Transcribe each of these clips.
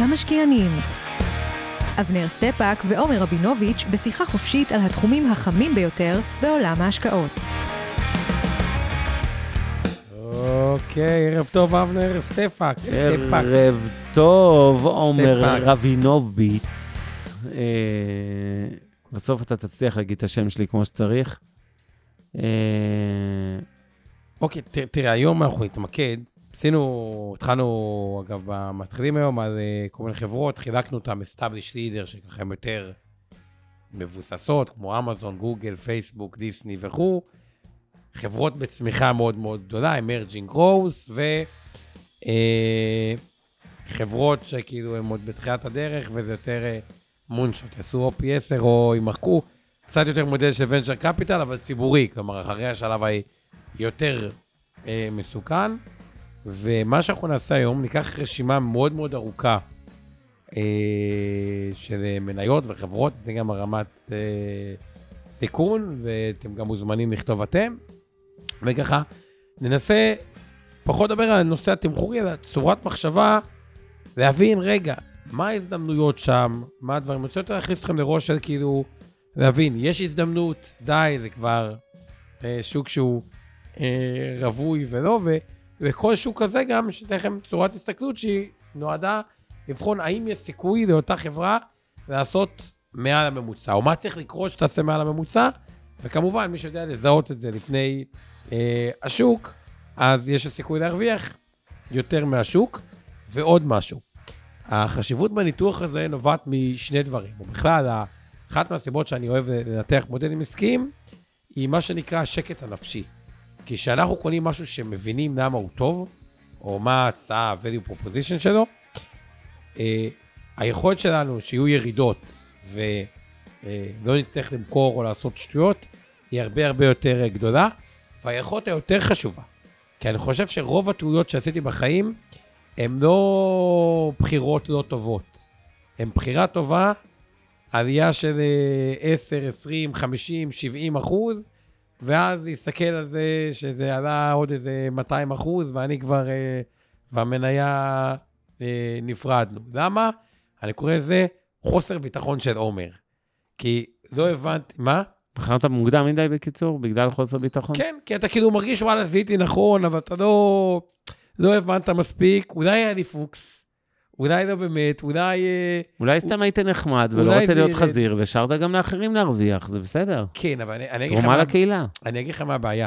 המשקיענים. אבנר סטפאק ועומר רבינוביץ' בשיחה חופשית על התחומים החמים ביותר בעולם ההשקעות. אוקיי, ערב טוב אבנר סטפאק. ערב טוב עומר רבינוביץ'. בסוף אתה תצליח להגיד את השם שלי כמו שצריך. אוקיי, תראה, היום אנחנו נתמקד. התחלנו, אגב, במתחילים היום על כל מיני חברות, חילקנו אותם established leader, שככה הם יותר מבוססות, כמו אמזון, גוגל, פייסבוק, דיסני וכו'. חברות בצמיחה מאוד מאוד גדולה, emerging growth, וחברות שכאילו הן עוד בתחילת הדרך, וזה יותר מונשות, יעשו או פי 10 או ימחקו, קצת יותר מודל של venture capital, אבל ציבורי, כלומר, אחרי השלב היותר מסוכן. ומה שאנחנו נעשה היום, ניקח רשימה מאוד מאוד ארוכה של מניות וחברות, זה גם הרמת סיכון, ואתם גם מוזמנים לכתוב אתם. וככה, ננסה פחות לדבר על נושא התמחורי, על צורת מחשבה, להבין, רגע, מה ההזדמנויות שם, מה הדברים, אני רוצה יותר להכניס אתכם לראש של כאילו, להבין, יש הזדמנות, די, זה כבר שוק שהוא רווי ולא, וכל שוק כזה גם, שתהיה לכם צורת הסתכלות שהיא נועדה לבחון האם יש סיכוי לאותה חברה לעשות מעל הממוצע, או מה צריך לקרות שתעשה מעל הממוצע, וכמובן מי שיודע לזהות את זה לפני השוק, אז יש סיכוי להרוויח יותר מהשוק, ועוד משהו. החשיבות בניתוח הזה נובעת משני דברים, ובכלל, אחת מהסיבות שאני אוהב לנתח מודלים עסקיים, היא מה שנקרא השקט הנפשי. כי כשאנחנו קונים משהו שמבינים למה הוא טוב, או מה ההצעה, value proposition שלו, היכולת שלנו שיהיו ירידות, ולא נצטרך למכור או לעשות שטויות, היא הרבה הרבה יותר גדולה, והיכולת היותר חשובה. כי אני חושב שרוב הטעויות שעשיתי בחיים, הן לא בחירות לא טובות. הן בחירה טובה, עלייה של 10, 20, 50, 70%, ואז להסתכל על זה שזה עלה עוד איזה 200%, ואני כבר, והמניה נפרדנו. למה? אני קורא לזה חוסר ביטחון של עומר. כי לא הבנתי, מה? בחרת מוקדם מדי בקיצור, בגלל חוסר ביטחון? כן, כי אתה כאילו מרגיש, וואלה, זיהיתי נכון, אבל אתה לא הבנת מספיק, אולי היה לי פוקס, אולי לא באמת, אולי סתם היית נחמד, ולא רוצה להיות חזיר, ושארת גם לאחרים להרוויח, זה בסדר. כן, אבל אני אגיד לך תרומה לקהילה. אני אגיד לך מה הבעיה.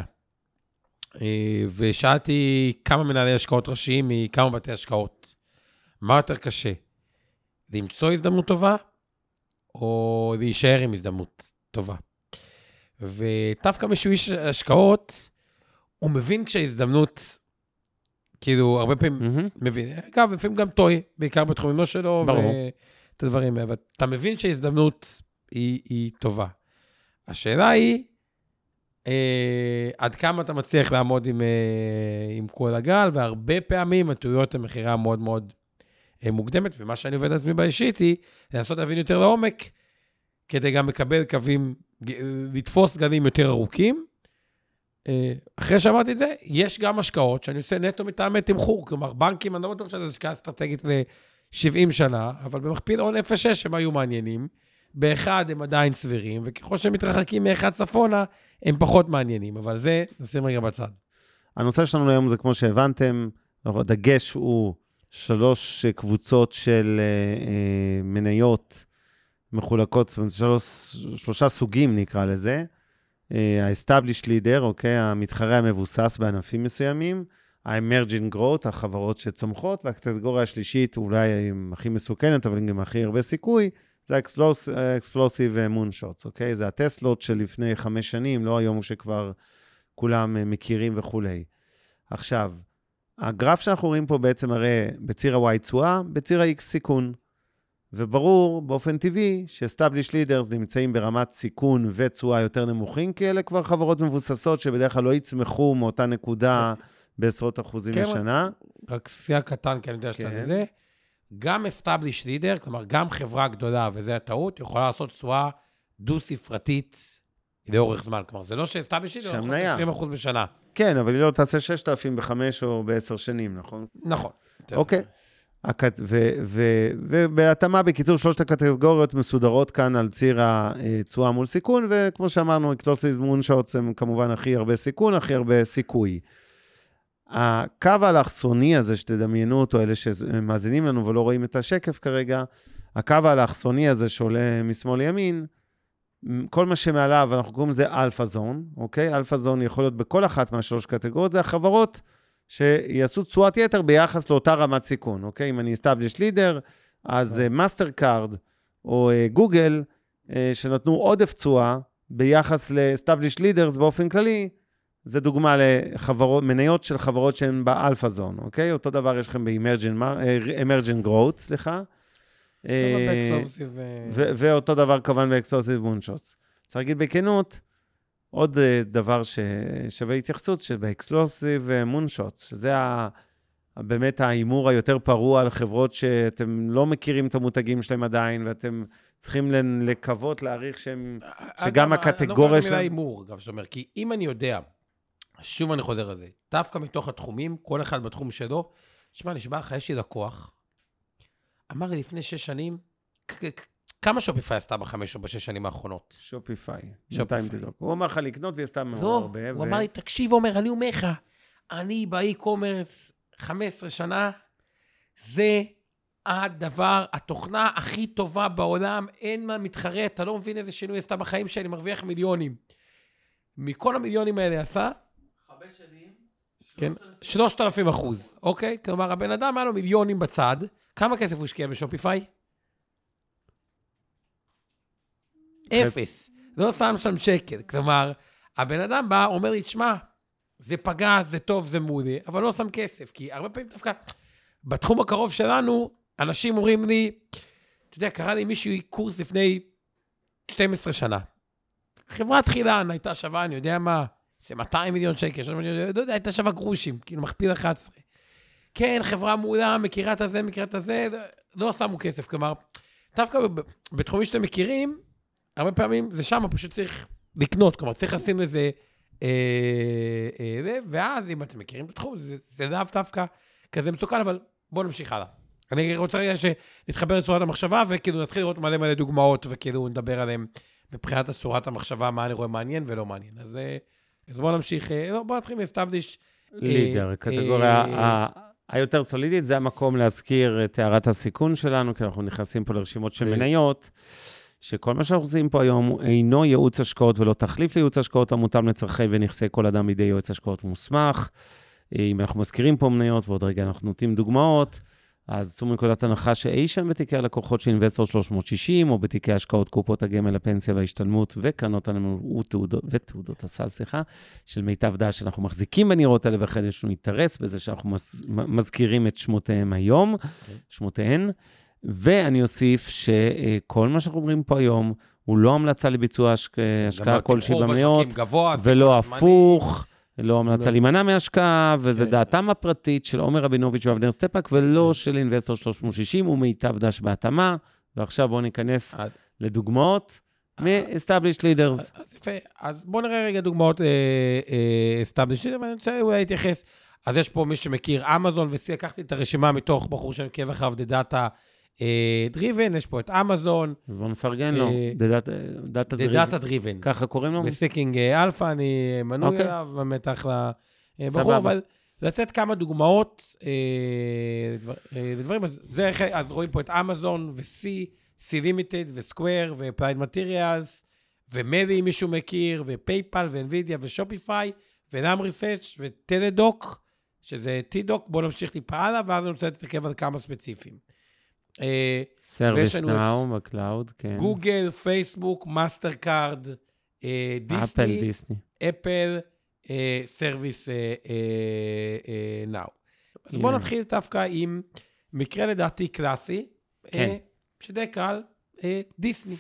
ושאלתי כמה מנהלי השקעות ראשיים מכמה בתי השקעות. מה יותר קשה? למצוא הזדמנות טובה, או להישאר עם הזדמנות טובה? ודווקא מישהו איש השקעות, הוא מבין כשההזדמנות, כאילו, הרבה פעמים מבין. אגב, לפעמים גם טוי, בעיקר בתחומים לא שלו, ואת הדברים. אבל אתה מבין שההזדמנות היא טובה. השאלה היא, עד כמה אתה מצליח לעמוד עם כל הגל, והרבה פעמים הטעויות הן מחירה מאוד מאוד מוקדמת, ומה שאני עובד על עצמי באישית היא, לנסות להבין יותר לעומק, כדי גם לקבל קווים, לתפוס גלים יותר ארוכים. אחרי שאמרתי את זה, יש גם השקעות שאני עושה נטו מטעמי תמחור, כלומר בנקים, אני לא בטוח שזו השקעה אסטרטגית ל-70 שנה, אבל במכפיל הון 0.6 הם היו מעניינים, באחד הם עדיין סבירים, וככל שהם מתרחקים מאחד צפונה, הם פחות מעניינים, אבל זה נשים רגע בצד. הנושא שלנו היום זה כמו שהבנתם, הדגש הוא 3 קבוצות של מניות מחולקות, זאת אומרת 3 סוגים נקרא לזה, ה-established leader, אוקיי, המתחרה המבוסס בענפים מסוימים, ה-emerging growth, החברות שצומחות, והקטגוריה השלישית, אולי הכי מסוכנת, אבל גם הכי הרבה סיכוי, זה ה-explosive moonshots, אוקיי? זה הטסלות שלפני 5 שנים, לא היום שכבר כולם מכירים וכו'. עכשיו, הגרף שאנחנו רואים פה בעצם הרי בציר ה-Y תשואה, בציר ה-X סיכון. וברור באופן טבעי ש-established leaders נמצאים ברמת סיכון ותשואה יותר נמוכים, כי אלה כבר חברות מבוססות שבדרך כלל לא יצמחו מאותה נקודה בעשרות אחוזים לשנה. רק סייג קטן, כי אני יודע שאתה זה. גם established leader, כלומר גם חברה גדולה, וזה הטעות, יכולה לעשות תשואה דו-ספרתית לאורך זמן. כלומר, זה לא ש-established leader, זה 20% בשנה. כן, אבל היא לא תעשה 6,000 ב5 או ב10 שנים, נכון? נכון. אוקיי. ובהתאמה, בקיצור, 3 הקטגוריות מסודרות כאן על ציר התשואה מול סיכון, וכמו שאמרנו, אקסקלוסיב מונשוטס הם כמובן הכי הרבה סיכון, הכי הרבה סיכוי. הקו האלכסוני הזה, שתדמיינו אותו, אלה שמאזינים לנו ולא רואים את השקף כרגע, הקו האלכסוני הזה שעולה משמאל לימין, כל מה שמעליו, אנחנו קוראים לזה אלפא זון, אוקיי? אלפא זון יכול להיות בכל אחת מהשלוש קטגוריות, זה החברות שיעשו תשואת יתר ביחס לאותה רמת סיכון, אוקיי? אם אני established leader, אז מאסטר קארד או גוגל, שנתנו עודף תשואה ביחס ל-established leaders באופן כללי, זה דוגמה למניות של חברות שהן באלפא זון, אוקיי? אותו דבר יש לכם ב-emerging growth, סליחה. ואותו דבר כמובן באקסקלוסיב מונשוטס. צריך להגיד בכנות, עוד דבר ששווה התייחסות, שבאקסקלוסיב מונשוטס, שזה באמת האימור היותר פרוע על חברות שאתם לא מכירים את המותגים שלהם עדיין, ואתם צריכים לקוות, להעריך שגם הקטגוריה שלהם... אני לא אימור, אגב, שאומר, כי אם אני יודע, שוב אני חוזר על זה, דווקא מתוך התחומים, כל אחד בתחום שלו, שמע, נשבע לך, יש לי לקוח, אמר לי לפני 6 שנים, כמה שופיפיי עשתה ב5 או ב6 שנים האחרונות? שופיפיי. הוא אמר לך לקנות והיא עשתה מאוד הרבה. לא, הוא אמר לי, תקשיב, אומר, אני אומר לך, אני באי-קומרס 15 שנה, זה הדבר, התוכנה הכי טובה בעולם, אין מה מתחרט, אתה לא מבין איזה שינוי עשתה בחיים שלי, מרוויח מיליונים. מכל המיליונים האלה עשה, 5 שנים, כן, 3,000%, אוקיי? כלומר, הבן אדם היה לו מיליונים בצד, כמה כסף הוא השקיע בשופיפיי? 0. לא שם שם שקל. כלומר, הבן אדם בא, אומר לי, תשמע, זה פגע, זה טוב, זה מולי, אבל לא שם כסף, כי הרבה פעמים דווקא, בתחום הקרוב שלנו, אנשים אומרים לי, אתה יודע, קרא לי מישהו קורס לפני 12 שנה. חברת חילן הייתה שווה, אני יודע מה, זה 200 מיליון שקל, אני לא יודע, הייתה שווה גרושים, כאילו מכפיל 11. כן, חברה מעולה, מכירה את הזה, לא שמו כסף, כלומר, דווקא בתחומים שאתם מכירים, הרבה פעמים זה שם, פשוט צריך לקנות, כלומר, צריך לשים לזה, ואז אם אתם מכירים את התחום, זה דווקא כזה מסוכן, אבל בואו נמשיך הלאה. אני רוצה רגע שנתחבר לצורת המחשבה, וכאילו נתחיל לראות מלא דוגמאות, וכאילו נדבר עליהם מבחינת צורת המחשבה, מה אני רואה מעניין ולא מעניין. אז בואו נמשיך, בואו נתחיל ל-establish לידר, קטגוריה היותר סולידית, זה המקום להזכיר את הערת הסיכון שלנו, כי אנחנו נכנסים פה לרשימות של מניות, שכל מה שאנחנו עושים פה היום אינו ייעוץ השקעות ולא תחליף לייעוץ השקעות המותאם לצרכי ונכסי כל אדם בידי יועץ השקעות מוסמך. אם אנחנו מזכירים פה מניות, ועוד רגע אנחנו נותנים דוגמאות, אז צאו מנקודת הנחה שאי שם בתיקי הלקוחות של אינבסטור 360, או בתיקי השקעות קופות הגמל, הפנסיה וההשתלמות, וקרנות הנאמנות ותעודות הסל, של מיטב דעת שאנחנו מחזיקים בניירות האלה, וכן יש לנו אינטרס בזה שאנחנו מזכירים את שמותיהם היום, שמותיהן, ואני אוסיף שכל מה שאנחנו אומרים פה היום, הוא לא המלצה לביצוע השקעה כלשהי במניות, ולא הפוך, לא המלצה להימנע מהשקעה, וזה דעתם הפרטית של עומר רבינוביץ' ואבנר סטפאק, ולא של אינבסטור 360, ומיטב דש בהתאמה. ועכשיו בואו ניכנס לדוגמאות מ-established leaders. אז יפה, אז בואו נראה רגע דוגמאות established leaders, ואני רוצה אולי להתייחס. אז יש פה מי שמכיר אמזון, לקחתי את הרשימה מתוך בחור שאני עוקב אחריו, The Data Driven, יש פה את אמזון. אז בואו נפרגן לו, The Data Driven. ככה קוראים לו? בסיקינג אלפא, אני מנוי אליו, באמת אחלה בחור, אבל לתת כמה דוגמאות לדברים, אז רואים פה את אמזון ו-C Limited ו-Square ו-Applied Materials ו-Meli, מישהו מכיר, ו-PayPal ו-NVIDIA ו-Shopify ו-Nam Research ו-Teledoc, שזה T-Doc, בואו נמשיך טיפה הלאה, ואז אני רוצה להתעכב על כמה ספציפיים. ServiceNow בקלאוד, כן. גוגל, פייסבוק, מאסטר קארד, דיסני, אפל, סרוויס נאו. אז בואו נתחיל דווקא עם מקרה לדעתי קלאסי, שדי קל, דיסני.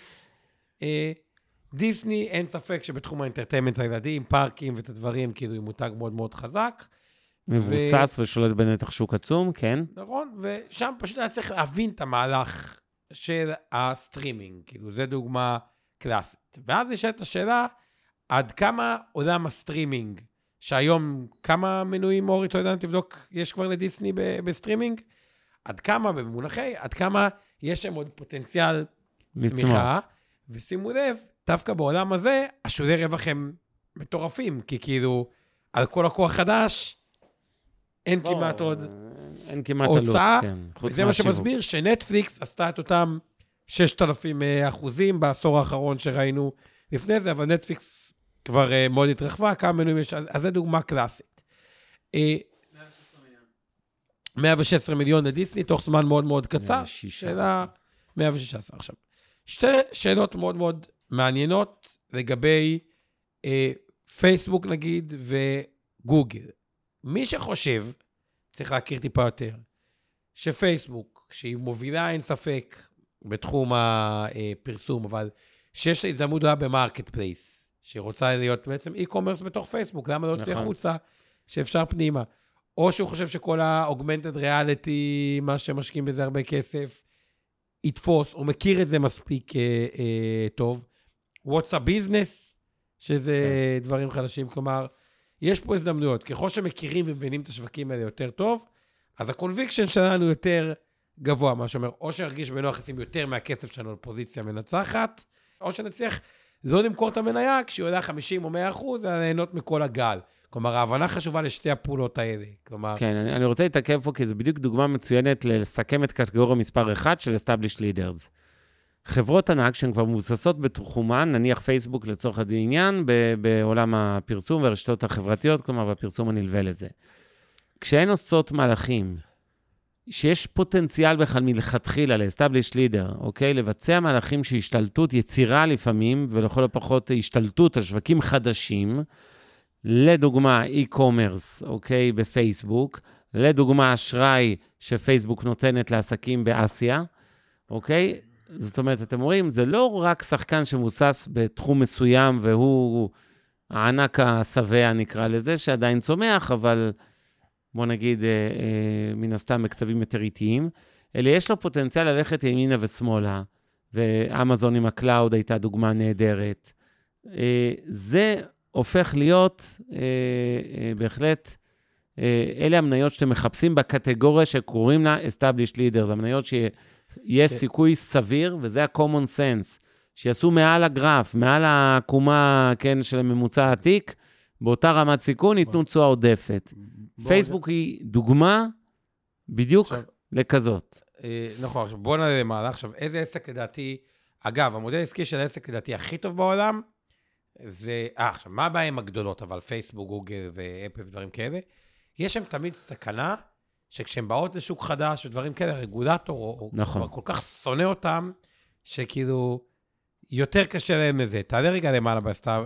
דיסני, אין ספק שבתחום האינטרטיימנט הילדים, פארקים ואת הדברים, כאילו היא מותג מאוד מאוד חזק. מבוסס ושולט בנתח שוק עצום, כן. נכון, ושם פשוט היה צריך להבין את המהלך של הסטרימינג, כאילו זה דוגמה קלאסית. ואז נשאלת השאלה, עד כמה עולם הסטרימינג, שהיום כמה מנויים אורי, אתה יודע, תבדוק, יש כבר לדיסני בסטרימינג, עד כמה, במונחי, עד כמה יש שם עוד פוטנציאל צמיחה, ושימו לב, דווקא בעולם הזה, השולי רווח הם מטורפים, כי כאילו, על כל לקוח חדש, אין כמעט עוד הוצאה, וזה מה שמסביר שנטפליקס עשתה את אותם 6,000% בעשור האחרון שראינו לפני זה, אבל נטפליקס כבר מאוד התרחבה, כמה מנויים יש, אז זה דוגמה קלאסית. 116 מיליון לדיסני, תוך זמן מאוד מאוד קצר. 116 עכשיו. שתי שאלות מאוד מאוד מעניינות לגבי פייסבוק נגיד וגוגל. מי שחושב, צריך להכיר טיפה יותר, שפייסבוק, שהיא מובילה אין ספק בתחום הפרסום, אבל שיש לה הזדמנות גדולה במרקט פלייס, שרוצה להיות בעצם e-commerce בתוך פייסבוק, למה לא יוצא חוצה שאפשר פנימה? או שהוא חושב שכל ה-augmented reality, מה שמשקיעים בזה הרבה כסף, יתפוס, או מכיר את זה מספיק טוב. What's a business, שזה דברים חדשים, כלומר, יש פה הזדמנויות. ככל שמכירים ומבינים את השווקים האלה יותר טוב, אז ה-conviction שלנו יותר גבוה, מה שאומר, או שהרגיש בנוח לשים יותר מהכסף שלנו לפוזיציה מנצחת, או שנצליח לא למכור את המניה, כשהיא עולה 50 או 100%, אלא ליהנות מכל הגל. כלומר, ההבנה חשובה לשתי הפעולות האלה. כלומר... כן, אני רוצה להתעכב פה, כי זו בדיוק דוגמה מצוינת לסכם את קטגוריה מספר 1 של Established Leaders. חברות ענק שהן כבר מבוססות בתחומן, נניח פייסבוק לצורך העניין, בעולם הפרסום והרשתות החברתיות, כלומר, והפרסום הנלווה לזה. כשהן עושות מהלכים, שיש פוטנציאל בכלל מלכתחילה ל-Established Leader, אוקיי? לבצע מהלכים שהשתלטות יצירה לפעמים, ולכל הפחות השתלטות על שווקים חדשים, לדוגמה e-commerce, אוקיי? בפייסבוק, לדוגמה אשראי שפייסבוק נותנת לעסקים באסיה, אוקיי? זאת אומרת, אתם רואים, זה לא רק שחקן שמבוסס בתחום מסוים, והוא הענק השבע נקרא לזה, שעדיין צומח, אבל בוא נגיד, מן הסתם מקצבים יותר איטיים, אלא יש לו פוטנציאל ללכת ימינה ושמאלה, ואמזון עם הקלאוד הייתה דוגמה נהדרת. זה הופך להיות בהחלט, אלה המניות שאתם מחפשים בקטגוריה שקוראים לה Established Leaders, המניות שיש סיכוי סביר, וזה ה-common sense, שיעשו מעל הגרף, מעל העקומה, כן, של הממוצע העתיק, באותה רמת סיכון ייתנו תשואה עודפת. פייסבוק היא דוגמה בדיוק לכזאת. נכון, עכשיו בוא נעלה למעלה. עכשיו, איזה עסק לדעתי, אגב, המודל העסקי של העסק לדעתי הכי טוב בעולם, זה, עכשיו, מה הבעיה עם הגדולות, אבל פייסבוק, גוגל ואפל ודברים כאלה, יש שם תמיד סכנה, שכשהם באות לשוק חדש ודברים כאלה, רגולטור, נכון. או כל כך שונא אותם, שכאילו, יותר קשה להם לזה. תעלה רגע למעלה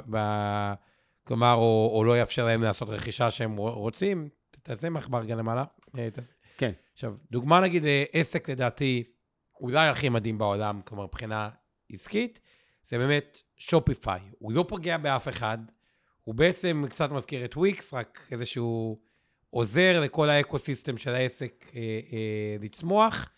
כלומר, או לא יאפשר להם לעשות רכישה שהם רוצים, תעשה מחבר רגע למעלה. כן. עכשיו, דוגמה נגיד עסק לדעתי, אולי הכי מדהים בעולם, כלומר, מבחינה עסקית, זה באמת שופיפיי. הוא לא פוגע באף אחד, הוא בעצם קצת מזכיר את וויקס, רק איזשהו עוזר לכל האקוסיסטם של העסק לצמוח,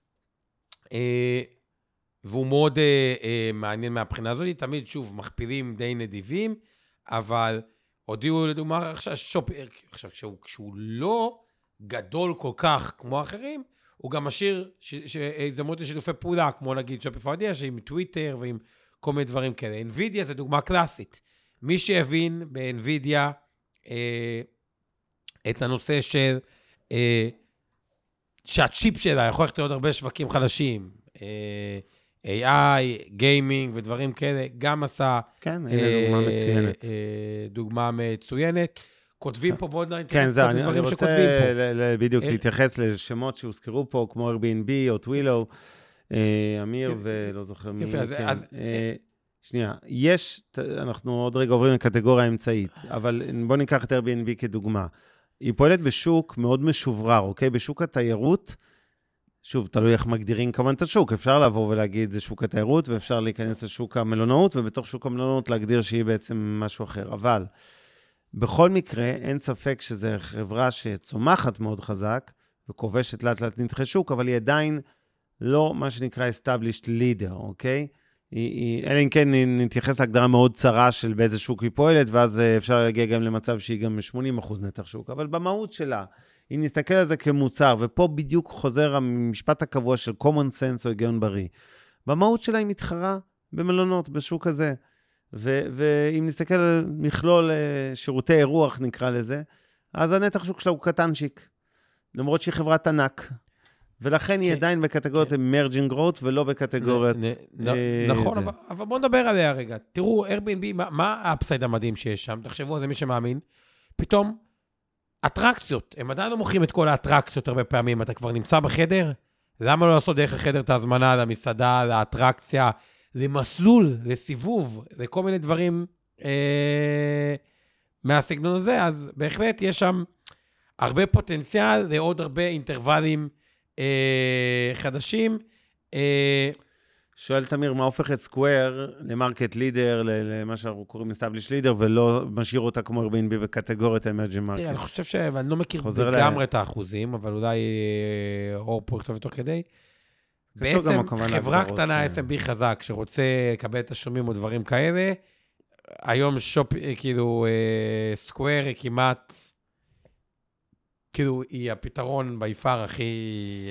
והוא מאוד מעניין מהבחינה הזאת, תמיד שוב מכפילים די נדיבים, אבל הודיעו לדוגמה עכשיו כשהוא לא גדול כל כך כמו האחרים, הוא גם משאיר הזדמנות לשיתופי פעולה, כמו נגיד שופיפיי, שעם טוויטר ועם כל מיני דברים כאלה. NVIDIA זה דוגמה קלאסית. מי שהבין ב-NVIDIA את הנושא של שהצ'יפ שלה יכול להיות הרבה שווקים חדשים, AI, גיימינג ודברים כאלה, גם עשה דוגמה מצוינת. כותבים פה בעוד נתייחס לדברים שכותבים פה. כן, אני רוצה בדיוק להתייחס לשמות שהוזכרו פה, כמו Airbnb או טווילו, אמיר ולא זוכר מי. יפה, אז... שנייה, אנחנו עוד רגע עוברים לקטגוריה האמצעית, אבל בואו ניקח את Airbnb כדוגמה. היא פועלת בשוק מאוד משוברר, אוקיי? בשוק התיירות, שוב, תלוי איך מגדירים כמובן את השוק, אפשר לעבור ולהגיד זה שוק התיירות, ואפשר להיכנס לשוק המלונאות, ובתוך שוק המלונאות להגדיר שהיא בעצם משהו אחר. אבל בכל מקרה, אין ספק שזו חברה שצומחת מאוד חזק, וכובשת לאט נתחי שוק, אבל היא עדיין לא מה שנקרא established leader, אוקיי? אלא אם כן נתייחס להגדרה מאוד צרה של באיזה שוק היא פועלת, ואז אפשר להגיע גם למצב שהיא גם 80% נתח שוק, אבל במהות שלה, אם נסתכל על זה כמוצר, ופה בדיוק חוזר המשפט הקבוע של common sense או היגיון בריא, במהות שלה היא מתחרה במלונות, בשוק הזה. ואם נסתכל על מכלול שירותי אירוח, נקרא לזה, אז הנתח שוק שלה הוא קטנצ'יק, למרות שהיא חברת ענק. ולכן היא עדיין בקטגוריות emerging growth, ולא בקטגוריות... נכון, אבל בואו נדבר עליה רגע. תראו, Airbnb, מה האפסייד המדהים שיש שם? תחשבו על זה, מי שמאמין. פתאום, אטרקציות. הם עדיין לא מוכרים את כל האטרקציות הרבה פעמים. אתה כבר נמצא בחדר? למה לא לעשות דרך החדר את ההזמנה, למסעדה, לאטרקציה, למסלול, לסיבוב, לכל מיני דברים מהסגנון הזה? אז בהחלט יש שם הרבה פוטנציאל לעוד הרבה אינטרוולים חדשים. שואל תמיר, מה הופך את סקוואר למרקט לידר, למה שאנחנו קוראים established לידר, ולא משאיר אותה כמו Airbnb בקטגוריית האמרג'ינג מרקט? אני חושב שאני לא מכיר לגמרי את האחוזים, אבל אולי אור פה יכתוב תוך כדי. בעצם חברה קטנה, S&B חזק, שרוצה לקבל תשלומים או דברים כאלה, היום כאילו סקוואר היא כמעט, כאילו היא הפתרון ביפר הכי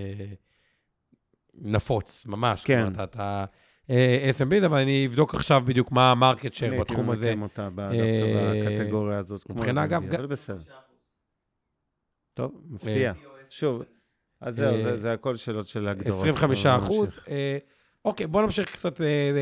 נפוץ, ממש. כן. אתה S&B, אבל אני אבדוק עכשיו בדיוק מה המרקט שייר בתחום הזה. אני הייתי ממקם אותה בקטגוריה הזאת. מבחינה אגב. טוב, מפתיע. שוב, אז זהו, זה הכל שאלות של הגדרות. 25%. אוקיי, בוא נמשיך קצת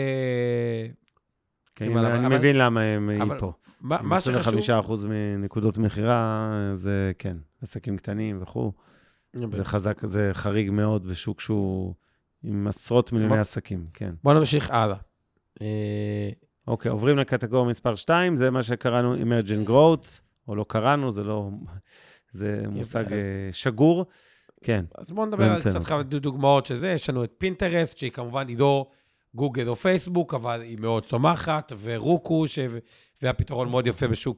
אני מבין למה הם פה. 25% חשוב... מנקודות מחירה, זה כן, עסקים קטנים וכו'. זה חזק, זה חריג מאוד בשוק שהוא עם עשרות מיליוני עסקים, כן. בוא נמשיך הלאה. אוקיי, עוברים לקטגוריה מספר 2, זה מה שקראנו emerging growth, או לא קראנו, זה מושג שגור. כן. אז בואו נדבר על קצת דוגמאות שזה, יש לנו את פינטרסט, שהיא כמובן היא לא גוגל או פייסבוק, אבל היא מאוד צומחת, ורוקו, והפתרון מאוד יפה בשוק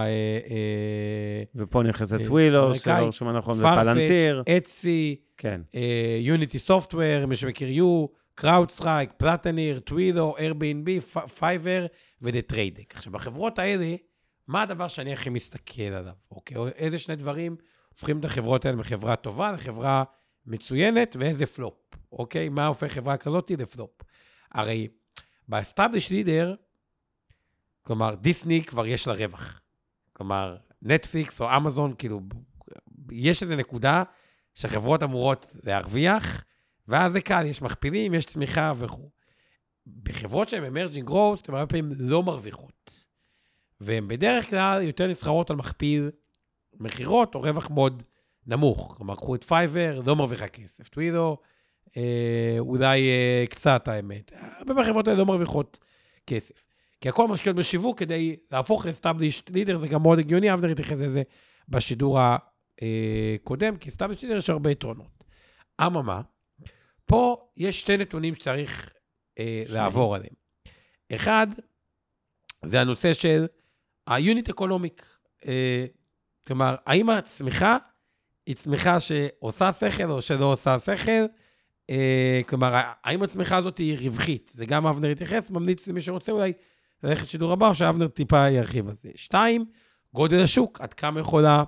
ופה נכנסת ווילו, שלא שומע נכון, ופלנטיר. אצי, יוניטי סופטוור, מי שמכיר יו, קראודסטרייק, פלטניר, טווילו, Airbnb, פייבר ודטריידק. עכשיו, בחברות האלה, מה הדבר שאני הכי מסתכל עליו? אוקיי? איזה שני דברים הופכים את החברות האלה מחברה טובה לחברה מצוינת, ואיזה פלופ? אוקיי? מה הופך חברה כזאת לפלופ? הרי ב-established leader, כלומר, דיסני כבר יש לה רווח. כלומר, נטפליקס או אמזון, כאילו, יש איזו נקודה שהחברות אמורות להרוויח, ואז זה קל, יש מכפילים, יש צמיחה וכו'. בחברות שהן emerging growth, הן הרבה פעמים לא מרוויחות. והן בדרך כלל יותר נסחרות על מכפיל מחירות או רווח מאוד נמוך. כלומר, קחו את פייבר, לא מרוויחה כסף. טווילו, אולי קצת האמת. הרבה מהחברות האלה לא מרוויחות כסף. כי הכל משקיעות בשיווק כדי להפוך ל-established leader, זה גם מאוד הגיוני, אבנר התייחס לזה בשידור הקודם, כי established leader יש הרבה יתרונות. אממה, פה יש שתי נתונים שצריך לעבור עליהם. אחד, זה הנושא של ה-unit economic. כלומר, האם הצמיחה היא צמיחה שעושה שכל או שלא עושה שכל? כלומר, האם הצמיחה הזאת היא רווחית? זה גם אבנר התייחס, ממליץ למי שרוצה אולי ללכת שידור הבא, או שאבנר טיפה ירחיב על זה. 2, גודל השוק, עד כמה יכולה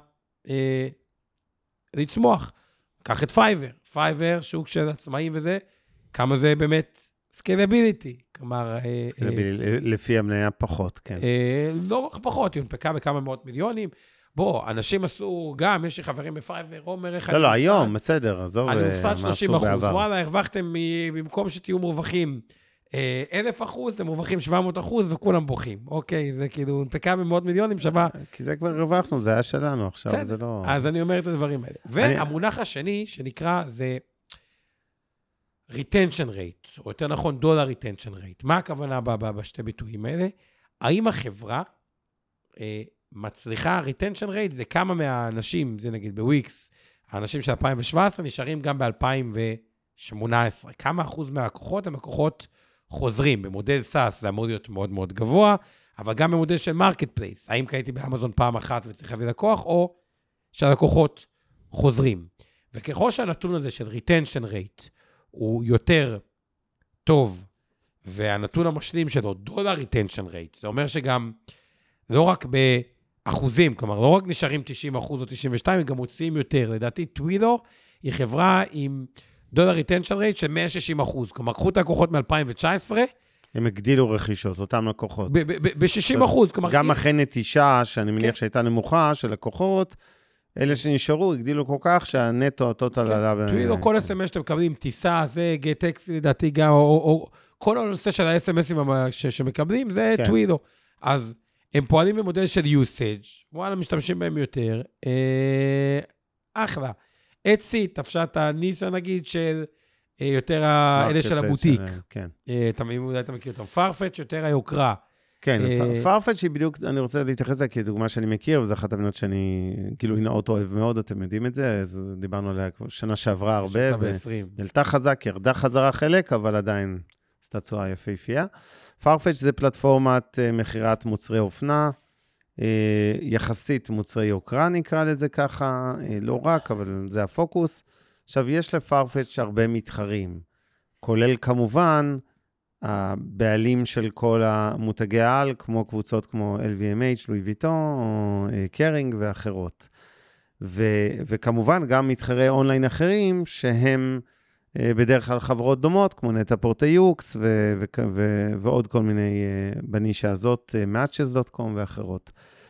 לצמוח. קח את פייבר. פייבר, שוק של עצמאים וזה, כמה זה באמת סקלביליטי. כלומר... לפי המניה פחות, כן. לא רק פחות, היא הונפקה בכמה מאות מיליונים. בוא, אנשים עשו גם, יש לי חברים בפייבר, אומר איך אני... לא, היום, בסדר, עזוב, אני מופסד 30%, וואלה, הרווחתם במקום שתהיו מרווחים 1,000%, אתם מרווחים 700%, וכולם בוכים. אוקיי, זה כאילו, הונפקה במאות מיליונים, שווה... כי זה כבר הרווחנו, זה היה שלנו, עכשיו זה לא... אז אני אומר את הדברים האלה. והמונח השני שנקרא זה retention rate, או יותר נכון, dollar retention rate. מה הכוונה בשתי ביטויים האלה? האם החברה מצליחה, retention rate זה כמה מהאנשים, זה נגיד בוויקס, האנשים של 2017 נשארים גם ב-2018. כמה אחוז מהלקוחות, המלקוחות חוזרים. במודל סאס זה אמור להיות מאוד מאוד גבוה, אבל גם במודל של מרקט פלייס. האם קניתי באמזון פעם אחת וצריך להביא לקוח, או שהלקוחות חוזרים. וככל שהנתון הזה של retention rate הוא יותר טוב, והנתון המשלים שלו, dollar retention rate, זה אומר שגם לא רק אחוזים, כלומר, לא רק נשארים 90% או 92%, הם גם מוציאים יותר. לדעתי, טוויטר היא חברה עם דולר ריטנשן רייט של 160%. כלומר, קחו את הכוחות מ-2019. הם הגדילו רכישות, אותם לקוחות. ב-60%. גם אחרי נטישה, שאני מניח שהייתה נמוכה, של לקוחות, אלה שנשארו, הגדילו כל כך, שהנטו, הטוטל עלה... טוויטר, כל SMS שאתם מקבלים, טיסה, זה, גט-טקס, לדעתי גם, או כל הנושא של ה-SMSים שמקבלים, זה טוויטר. אז הם פועלים במודל של usage, וואלה, משתמשים בהם יותר. אחלה. אצי, תפשט הניסו, נגיד, של יותר אלה של הבוטיק. כן. אולי אתה מכיר אותם. פארפץ' יותר היוקרה. כן, פארפץ' היא בדיוק, אני רוצה להתייחס לזה כדוגמה שאני מכיר, וזו אחת המדינות שאני, כאילו, הנה אוטו אוהב מאוד, אתם יודעים את זה, אז דיברנו עליה שנה שעברה הרבה, ילתה חזק, ירדה חזרה חלק, אבל עדיין עשתה תשואה יפהפייה. פארפץ' זה פלטפורמת מחירת מוצרי אופנה, יחסית מוצרי יוקרה נקרא לזה ככה, לא רק, אבל זה הפוקוס. עכשיו, יש לפארפץ' הרבה מתחרים, כולל כמובן הבעלים של כל המותגי העל, כמו קבוצות כמו LVMH, לואי ויטון, או קרינג ואחרות. וכמובן גם מתחרי אונליין אחרים, שהם בדרך כלל חברות דומות, כמו נטה פורטיוקס, ועוד כל מיני בנישה הזאת, Matches.com ואחרות.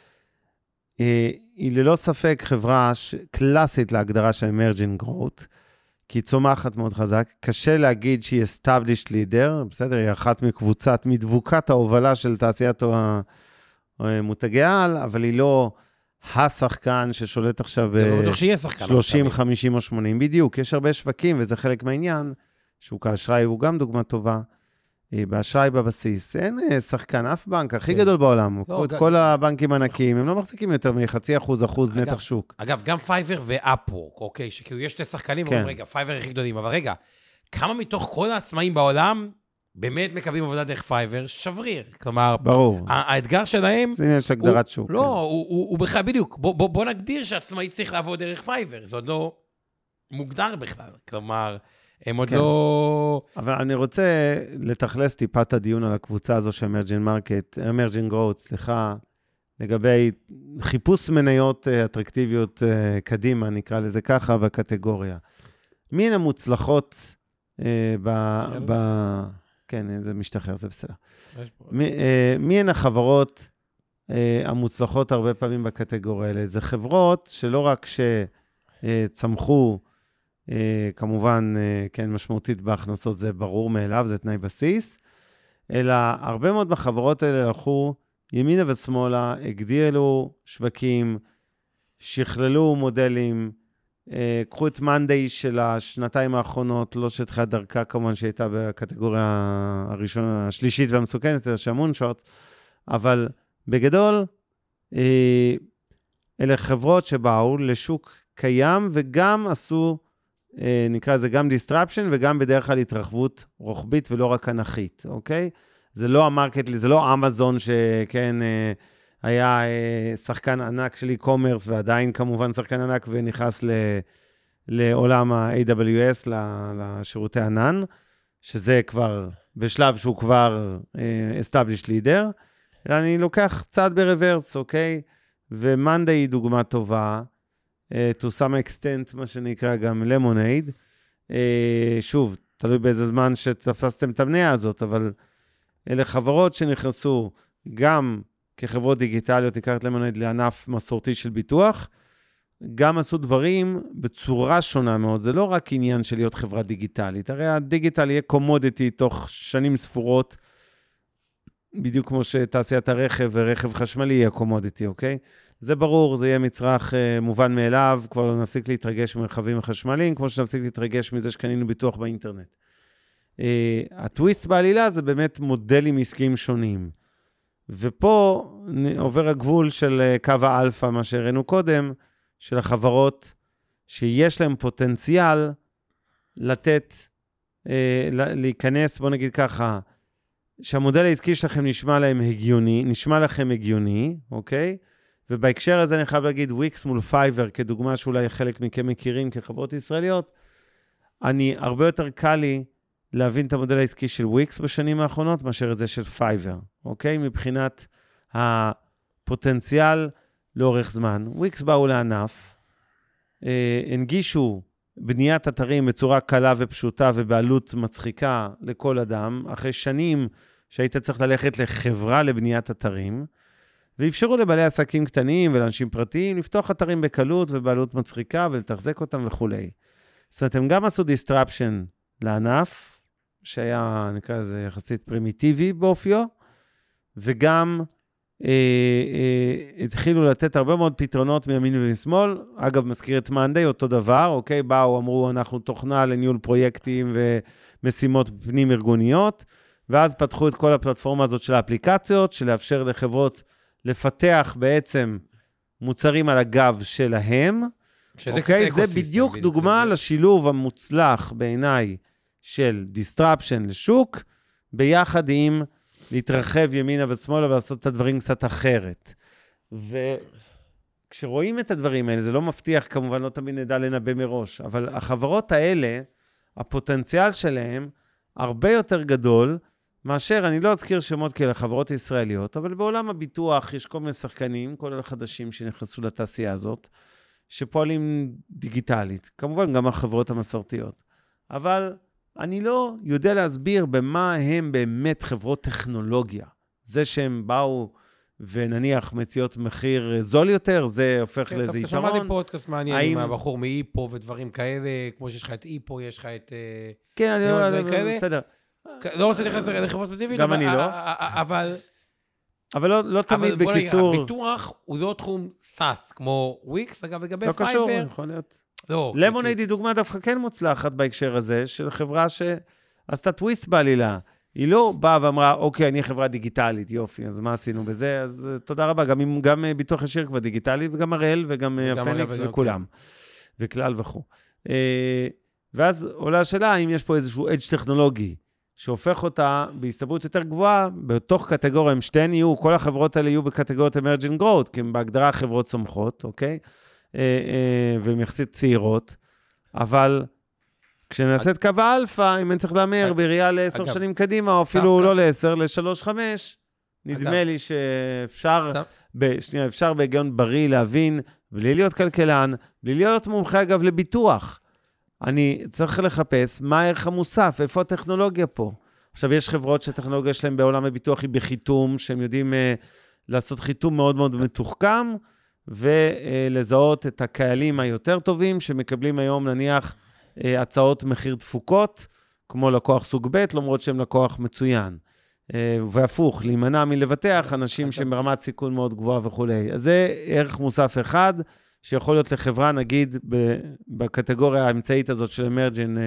היא ללא ספק חברה קלאסית להגדרה של Emerging Growth, כי היא צומחת מאוד חזק. קשה להגיד שהיא established leader, בסדר? היא אחת מדבוקת ההובלה של תעשיית מותגי העל, אבל היא לא השחקן ששולט עכשיו ב-30, 50 או 80. בדיוק, יש הרבה שווקים, וזה חלק מהעניין. שוק האשראי הוא גם דוגמה טובה. באשראי בבסיס, אין שחקן, אף בנק, הכי גדול בעולם, כל הבנקים ענקיים, הם לא מחזיקים יותר מ0.5% נתח שוק. אגב, גם פייבר ואפוורק, אוקיי, שכאילו יש שתי שחקנים, אבל רגע, פייבר הכי גדולים, אבל רגע, כמה מתוך כל העצמאים בעולם באמת מקבלים עבודה דרך פייבר? שבריר. כלומר, ברור. האתגר שלהם... זה עניין של הגדרת שוק. לא, הוא בכלל בדיוק, בוא נגדיר שעצמאי צריך לעבוד דרך פייבר, זה עוד לא מוגדר בכלל, כלומר... הם עוד לא... אבל אני רוצה לתכלס טיפה את הדיון על הקבוצה הזו של Emerging Growth, סליחה, לגבי חיפוש מניות אטרקטיביות קדימה, נקרא לזה ככה, בקטגוריה. מי הן המוצלחות כן, זה משתחרר, זה בסדר. מי הן החברות המוצלחות הרבה פעמים בקטגוריה האלה? זה חברות שלא רק שצמחו, כמובן, כן, משמעותית בהכנסות, זה ברור מאליו, זה תנאי בסיס, אלא הרבה מאוד בחברות האלה הלכו ימינה ושמאלה, הגדילו שווקים, שכללו מודלים, קחו את מנדי של השנתיים האחרונות, לא שתחילת דרכה כמובן שהייתה בקטגוריה הראשונה, השלישית והמסוכנת, אלא שהמון שוט, אבל בגדול, אלה חברות שבאו לשוק קיים וגם עשו, נקרא לזה גם disruption וגם בדרך כלל התרחבות רוחבית ולא רק אנכית, אוקיי? זה לא המרקט, זה לא אמזון שכן היה שחקן ענק של e-commerce ועדיין כמובן שחקן ענק ונכנס לעולם ה-AWS, לשירותי ענן, שזה כבר בשלב שהוא כבר established leader, אלא אני לוקח צעד ברוורס, אוקיי? ומנדי היא דוגמה טובה, to some extent, מה שנקרא גם למונייד. שוב, תלוי באיזה זמן שתפסתם את המניה הזאת, אבל אלה חברות שנכנסו גם כחברות דיגיטליות, נקראת למונייד לענף מסורתי של ביטוח, גם עשו דברים בצורה שונה מאוד. זה לא רק עניין של להיות חברה דיגיטלית, הרי הדיגיטל יהיה קומודיטי תוך שנים ספורות, בדיוק כמו שתעשיית הרכב ורכב חשמלי יהיה קומודיטי, אוקיי? זה ברור, זה יהיה מצרך מובן מאליו, כבר לא נפסיק להתרגש מרכבים חשמליים, כמו שנפסיק להתרגש מזה שקנינו ביטוח באינטרנט. הטוויסט בעלילה זה באמת מודלים עסקיים שונים. ופה עובר הגבול של קו האלפא, מה שהראינו קודם, של החברות שיש להם פוטנציאל לתת, להיכנס, בוא נגיד ככה, שהמודל העסקי שלכם נשמע לכם הגיוני, אוקיי? ובהקשר הזה אני חייב להגיד, וויקס מול פייבר, כדוגמה שאולי חלק מכם מכירים כחברות ישראליות, הרבה יותר קל לי להבין את המודל העסקי של וויקס בשנים האחרונות, מאשר את זה של פייבר, אוקיי? מבחינת הפוטנציאל לאורך זמן. וויקס באו לענף, הנגישו בניית אתרים בצורה קלה ופשוטה ובעלות מצחיקה לכל אדם, אחרי שנים שהיית צריך ללכת לחברה לבניית אתרים, ואפשרו לבעלי עסקים קטנים ולאנשים פרטיים לפתוח אתרים בקלות ובעלות מצחיקה ולתחזק אותם וכו'. זאת אומרת, הם גם עשו דיסטרפשן לענף, שהיה, נקרא לזה, יחסית פרימיטיבי באופיו, וגם התחילו לתת הרבה מאוד פתרונות מימין ומשמאל. אגב, מזכיר את מאנדיי, אותו דבר, אוקיי? באו, אמרו, אנחנו תוכנה לניהול פרויקטים ומשימות פנים ארגוניות, ואז פתחו את כל הפלטפורמה הזאת של האפליקציות, שלאפשר לחברות לפתח בעצם מוצרים על הגב שלהם. אוקיי? זה בדיוק דוגמה לשילוב המוצלח בעיניי של דיסטרפשן לשוק, ביחד עם להתרחב ימינה ושמאלה ולעשות את הדברים קצת אחרת. וכשרואים את הדברים האלה, זה לא מבטיח, כמובן לא תמיד נדע לנבא מראש, אבל החברות האלה, הפוטנציאל שלהם הרבה יותר גדול, מאשר, אני לא אזכיר שמות כאלה חברות ישראליות, אבל בעולם הביטוח יש כל מיני שחקנים, כל אלה חדשים שנכנסו לתעשייה הזאת, שפועלים דיגיטלית, כמובן גם החברות המסורתיות. אבל אני לא יודע להסביר במה הם באמת חברות טכנולוגיה. זה שהם באו ונניח מציאות מחיר זול יותר, זה הופך לאיזה יתרון. שמעתי פודקאסט מעניין עם הבחור מאיפו ודברים כאלה, כמו שיש לך את איפו, יש לך את... כן, אני לא, בסדר. לא רוצה להיכנס לחברות ספציפית, גם אני לא. אבל לא תמיד בקיצור... הביטוח הוא לא תחום סאס, כמו וויקס, אגב, לגבי פייבר. לא קשור, יכול להיות. למונייד היא דוגמה דווקא כן מוצלחת בהקשר הזה, של חברה שעשתה טוויסט בעלילה. היא לא באה ואמרה, אוקיי, אני חברה דיגיטלית, יופי, אז מה עשינו בזה? אז תודה רבה, גם ביטוח ישיר כבר דיגיטלי, וגם הראל, וגם הפניקס וכולם, וכלל וכו'. ואז עולה השאלה, האם יש פה איזשהו אדג' טכנולוגי, שהופך אותה בהסתברות יותר גבוהה, בתוך קטגוריה, הם שתיהן יהיו, כל החברות האלה יהיו בקטגוריות emerging growth, כי הם בהגדרה חברות צומחות, אוקיי? והן יחסית צעירות, אבל כשנעשה את קו האלפא, אם אני צריך לאמר, בראייה ל10 שנים קדימה, או אפילו לא ל10, ל3-5, נדמה לי שאפשר, אפשר בהיגיון בריא להבין, בלי להיות כלכלן, בלי להיות מומחה אגב לביטוח. אני צריך לחפש מה הערך המוסף, איפה הטכנולוגיה פה. עכשיו, יש חברות שהטכנולוגיה שלהם בעולם הביטוח היא בחיתום, שהם יודעים לעשות חיתום מאוד מאוד מתוחכם, ולזהות את הקהלים היותר טובים, שמקבלים היום נניח הצעות מחיר דפוקות, כמו לקוח סוג ב', למרות שהם לקוח מצוין. והפוך, להימנע מלבטח אנשים שהם ברמת סיכון מאוד גבוהה וכו'. אז זה ערך מוסף אחד, שיכול להיות לחברה, נגיד, בקטגוריה האמצעית הזאת של emerging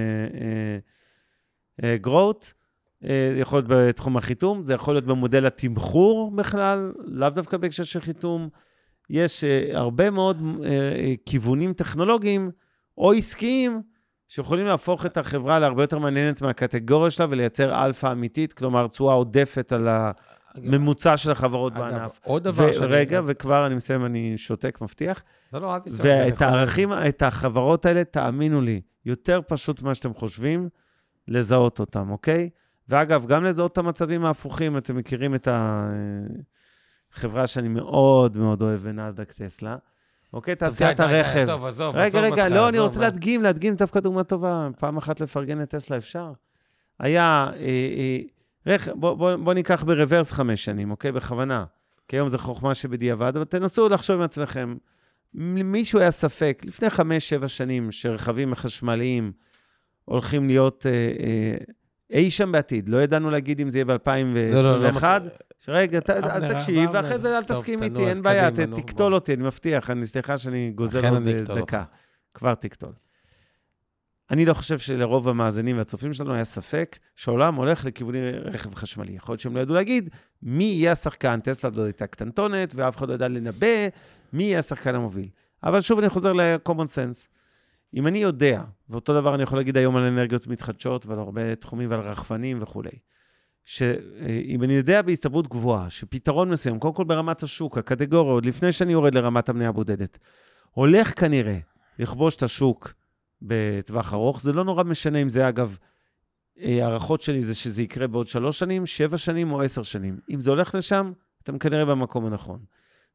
growth, יכול להיות בתחום החיתום, זה יכול להיות במודל התמחור בכלל, לאו דווקא בהקשר של חיתום, יש הרבה מאוד כיוונים טכנולוגיים או עסקיים שיכולים להפוך את החברה להרבה יותר מעניינת מהקטגוריה שלה ולייצר אלפא אמיתית, כלומר תשואה עודפת על הממוצע של החברות בענף. עוד דבר רגע, וכבר אני מסיים, אני שותק, מבטיח. ואת הערכים, את החברות האלה, תאמינו לי, יותר פשוט מה שאתם חושבים, לזהות אותם, אוקיי? ואגב, גם לזהות את המצבים ההפוכים, אתם מכירים את חברה שאני מאוד מאוד אוהב, ונאסד"ק טסלה. אוקיי, תעשיית הרכב. רגע, לא, אני רוצה להדגים דווקא דוגמה טובה. פעם אחת לפרגן את טסלה, אפשר? היה, בוא ניקח ברוורס 5 שנים, אוקיי? בכוונה. כי היום זה חוכמה שבדיעבד, אבל תנסו לחשוב עם עצמכם. מישהו היה ספק, לפני 5-7 שנים, שרכבים החשמליים הולכים להיות אי שם בעתיד. לא ידענו להגיד אם זה יהיה ב-2021. רגע, אז תקשיב, ואחרי זה אל תסכים איתי, אין בעיה, תקטול אותי, אני מבטיח, אני סליחה שאני גוזל עוד דקה. כבר תקטול. אני לא חושב שלרוב המאזינים והצופים שלנו היה ספק שהעולם הולך לכיווני רכב חשמלי. יכול להיות שהם לא ידעו להגיד מי יהיה השחקן, טסלה לא הייתה קטנטונת, ואף אחד לא ידע לנבא מי יהיה השחקן המוביל. אבל שוב אני חוזר ל-common sense. אם אני יודע, ואותו דבר אני יכול להגיד היום על אנרגיות מתחדשות, ועל הרבה תחומים ועל רחפנים וכו'. שאם אני יודע בהסתברות גבוהה, שפתרון מסוים, קודם כל ברמת השוק, הקטגוריה, עוד לפני שאני יורד לרמת המניה הבודדת, הולך כנראה לכבוש את השוק בטווח ארוך, זה לא נורא משנה אם זה אגב, הערכות שלי זה שזה יקרה בעוד 3 שנים, 7 שנים או 10 שנים. אם זה הולך לשם, אתם כנראה במקום הנכון.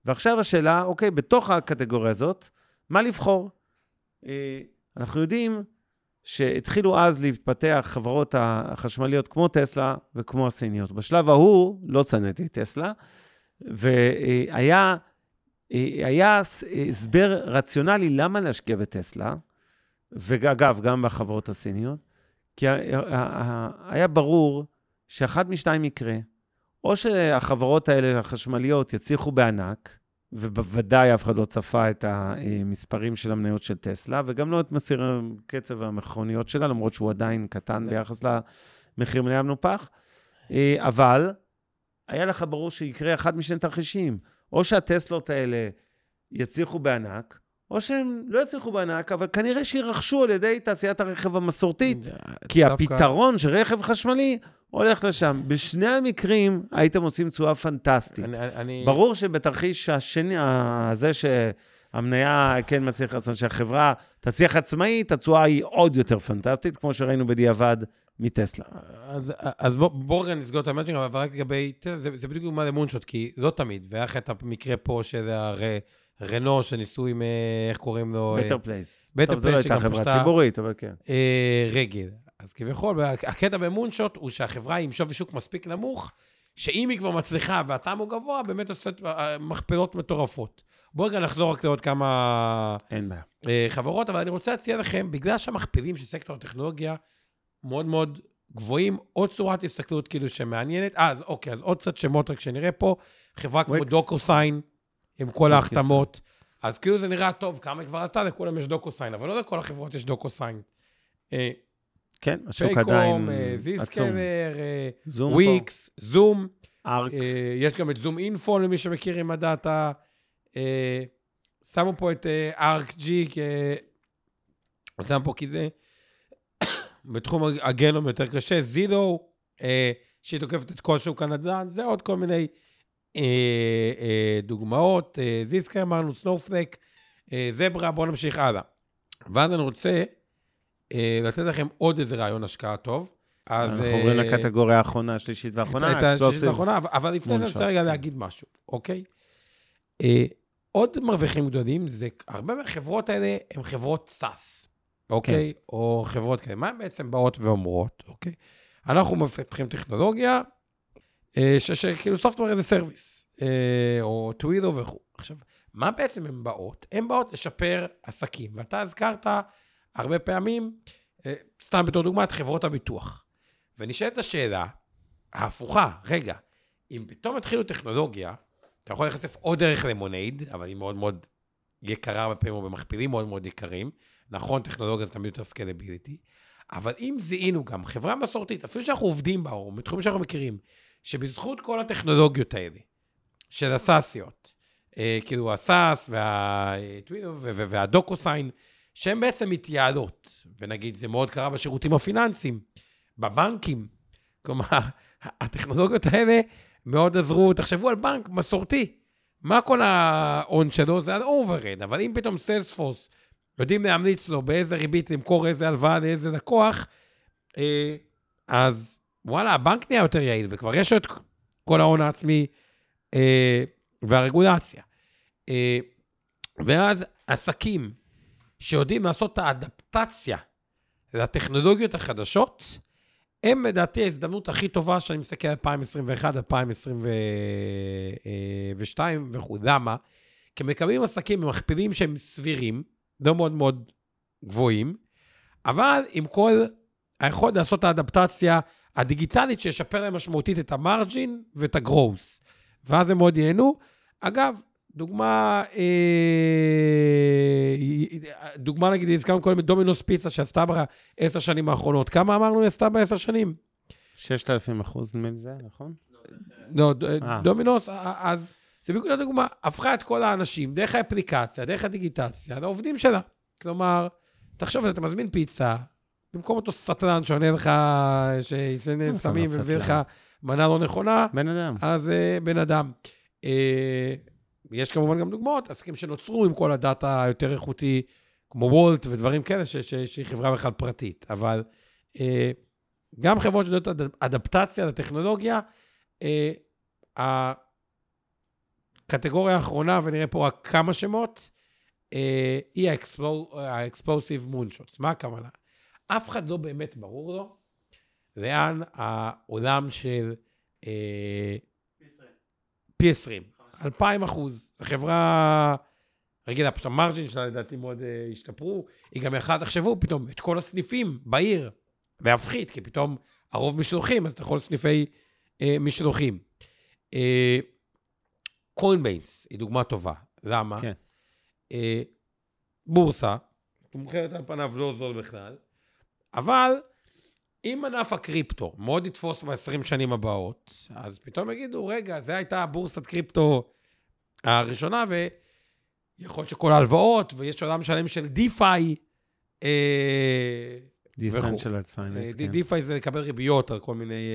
ועכשיו השאלה, אוקיי, בתוך הקטגוריה הזאת, מה לבחור? אנחנו יודעים שהתחילו אז להתפתח חברות החשמליות כמו טסלה וכמו הסיניות. בשלב ההוא לא צנעתי טסלה, והיה הסבר רציונלי למה להשקיע בטסלה, ואגב, גם בחברות הסיניות, כי היה ברור שאחד משתיים יקרה, או שהחברות האלה, החשמליות, יצליחו בענק, ובוודאי אף אחד לא צפה את המספרים של המניות של טסלה, וגם לא את מסיר קצב המכוניות שלה, למרות שהוא עדיין קטן ביחס למחיר מניה המנופח, אבל היה לך ברור שיקרה אחד משני תרחישים, או שהטסלות האלה יצליחו בענק, או שהם לא יצליחו בענק, אבל כנראה שירכשו על ידי תעשיית הרכב המסורתית, כי הפתרון של רכב חשמלי הולך לשם. בשני המקרים הייתם עושים תשואה פנטסטית. ברור שבתרחיש השני, הזה שהמניה כן מצליח לעשות, שהחברה תצליח עצמאית, התשואה היא עוד יותר פנטסטית, כמו שראינו בדיעבד מטסלה. אז בואו רגע נסגור את המאצ'ינג, אבל רק לגבי טסלה, זה בדיוק דוגמה למונשות, כי לא תמיד, והיה את המקרה פה שזה רנו שניסו עם, איך קוראים לו? בטר פלייס. בטר פלייס שגם פשטה. חברה ציבורית, אבל כן. רגל. אז כביכול, הקטע במונשות הוא שהחברה היא עם שווי שוק מספיק נמוך, שאם היא כבר מצליחה והטעם הוא גבוה, באמת עושות מכפלות מטורפות. בואו רגע נחזור רק לעוד כמה חברות, אבל אני רוצה להציע לכם, בגלל שהמכפלים של סקטור הטכנולוגיה מאוד מאוד גבוהים, עוד צורת הסתכלות כאילו שמעניינת. אז אוקיי, אז עוד קצת שמות רק שנראה פה, חברה כמו דוקוסיין, עם כל ההחתמות, אז כאילו זה נראה טוב, כמה כבר אתה, לכולם יש דוקוסיין, אבל לא לכל החברות יש דוקוסיין. כן, השוק עדיין עצום. זיסקלר, וויקס, זום, ארק. יש גם את זום אינפו, למי שמכיר עם הדאטה. שמו פה את ארק ג'י, שמו פה כי זה בתחום הגנום יותר קשה, זירו, שהיא תוקפת את כל שוק הנדל"ן, זה עוד כל מיני דוגמאות, זיסקלר אמרנו, סנופלק, זברה, בואו נמשיך הלאה. ואז אני רוצה לתת לכם עוד איזה רעיון השקעה טוב. אנחנו עוברים לקטגוריה האחרונה, השלישית והאחרונה. את השלישית והאחרונה, אבל לפני זה אני רוצה רגע להגיד משהו, אוקיי? עוד מרוויחים גדולים, זה הרבה מהחברות האלה הן חברות סאס, אוקיי? או חברות כאלה. מה הן בעצם באות ואומרות, אוקיי? אנחנו מפתחים טכנולוגיה, שכאילו סופטוור איזה סרוויס, או טווידו וכו'. עכשיו, מה בעצם הן באות? הן באות לשפר עסקים, ואתה הזכרת הרבה פעמים, סתם בתור דוגמה, את חברות הביטוח. ונשאלת השאלה, ההפוכה, רגע, אם פתאום התחילו טכנולוגיה, אתה יכול לחשף עוד דרך למונייד, אבל היא מאוד מאוד יקרה בפעמים, או במכפילים מאוד מאוד יקרים. נכון, טכנולוגיה זה תמיד יותר סקלביליטי, אבל אם זיהינו גם חברה מסורתית, אפילו שאנחנו עובדים בה, או מתחומים שאנחנו מכירים, שבזכות כל הטכנולוגיות האלה, של הסאסיות, כאילו הסאס והדוקוסיין, שהן בעצם מתייעלות, ונגיד זה מאוד קרה בשירותים הפיננסיים, בבנקים, כלומר, הטכנולוגיות האלה מאוד עזרו, תחשבו על בנק מסורתי, מה כל ההון שלו? זה על אוברד, אבל אם פתאום סיילספורס יודעים להמליץ לו באיזה ריבית למכור איזה הלוואה לאיזה לקוח, אז וואלה, הבנק נהיה יותר יעיל, וכבר יש את כל ההון העצמי והרגולציה. ואז עסקים שיודעים לעשות את האדפטציה לטכנולוגיות החדשות, הם לדעתי ההזדמנות הכי טובה שאני מסתכל על 2021, 2022 וכו'. למה? כי מקבלים עסקים במכפילים שהם סבירים, לא מאוד מאוד גבוהים, אבל עם כל היכולת לעשות את האדפטציה הדיגיטלית שישפר להם משמעותית את המרג'ין ואת הגרוס. ואז הם מאוד ייהנו. אגב, דוגמה נגיד, הזכרנו קודם את דומינוס פיצה שעשתה ב10 שנים האחרונות. כמה אמרנו עשתה ב10 שנים? 6,000% מזה, נכון? לא, דומינוס, אז זה בדיוק דוגמה, הפכה את כל האנשים, דרך האפליקציה, דרך הדיגיטציה, לעובדים שלה. כלומר, תחשוב, אתה מזמין פיצה, במקום אותו סטלן שעונה לך, ששמים ומביא לך מנה לא נכונה, בן אדם. אז בן אדם. יש כמובן גם דוגמאות, עסקים שנוצרו עם כל הדאטה היותר איכותי, כמו וולט ודברים כאלה, שהיא חברה בכלל פרטית. אבל גם חברות שיודעות אדפטציה לטכנולוגיה, קטגוריה האחרונה, ונראה פה רק כמה שמות, היא ה-Explosive Moonshots. מה הכוונה? אף אחד לא באמת ברור לו, לאן העולם של P20. 2,000%. זו חברה רגילה, פשוט המרג'ין שלה לדעתי מאוד השתפרו, היא גם יכולה תחשבו פתאום את כל הסניפים בעיר, להפחית, כי פתאום הרוב משלוחים, אז אתה יכול סניפי משלוחים. קוינבייס היא דוגמה טובה. למה? כן. בורסה, מוכרת על פניו לא זול בכלל, אבל אם ענף הקריפטו מאוד יתפוס ב-20 שנים הבאות, אז פתאום יגידו, רגע, זה הייתה בורסת קריפטו הראשונה, ויכול להיות שכל ההלוואות, ויש עולם שלם של דיפיי, דיפיי זה לקבל ריביות על כל מיני